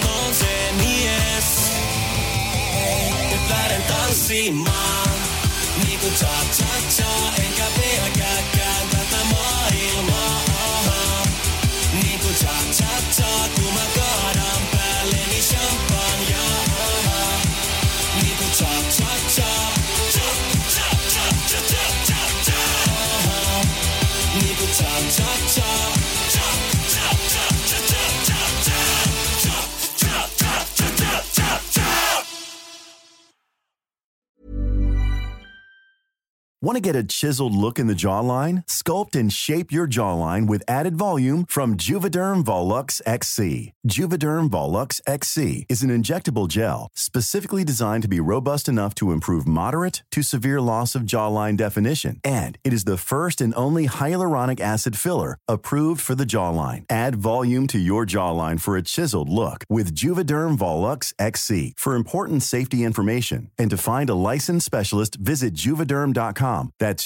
nyt lähden tanssimaan. Niinku cha-cha-cha, enkä pelkääkään tätä maailmaa. Niinku cha-cha-cha, kun mä kaadan päälleni champagnea. Niinku cha-cha-cha, cha-cha-cha-cha-cha-cha. Niinku cha-cha-cha, cha-cha-cha-cha-cha-cha. Want to get a chiseled look in the jawline? Sculpt and shape your jawline with added volume from Juvederm Volux XC. Juvederm Volux XC is an injectable gel specifically designed to be robust enough to improve moderate to severe loss of jawline definition. And it is the first and only hyaluronic acid filler approved for the jawline. Add volume to your jawline for a chiseled look with Juvederm Volux XC. For important safety information and to find a licensed specialist, visit Juvederm.com. That's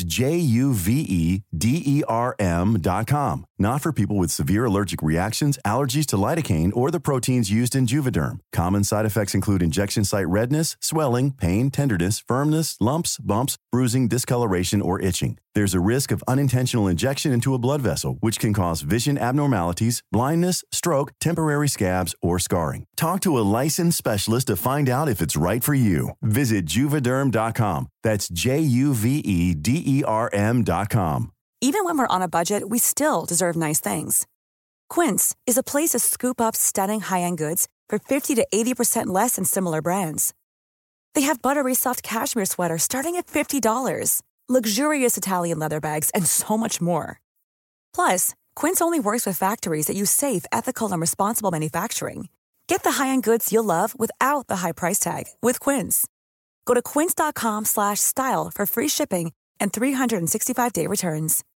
Juvederm.com. Not for people with severe allergic reactions, allergies to lidocaine, or the proteins used in Juvederm. Common side effects include injection site redness, swelling, pain, tenderness, firmness, lumps, bumps, bruising, discoloration, or itching. There's a risk of unintentional injection into a blood vessel, which can cause vision abnormalities, blindness, stroke, temporary scabs, or scarring. Talk to a licensed specialist to find out if it's right for you. Visit Juvederm.com. That's Juvederm.com. Even when we're on a budget, we still deserve nice things. Quince is a place to scoop up stunning high-end goods for 50 to 80% less than similar brands. They have buttery soft cashmere sweaters starting at $50, luxurious Italian leather bags, and so much more. Plus, Quince only works with factories that use safe, ethical, and responsible manufacturing. Get the high-end goods you'll love without the high price tag with Quince. Go to quince.com/style for free shipping and 365-day returns.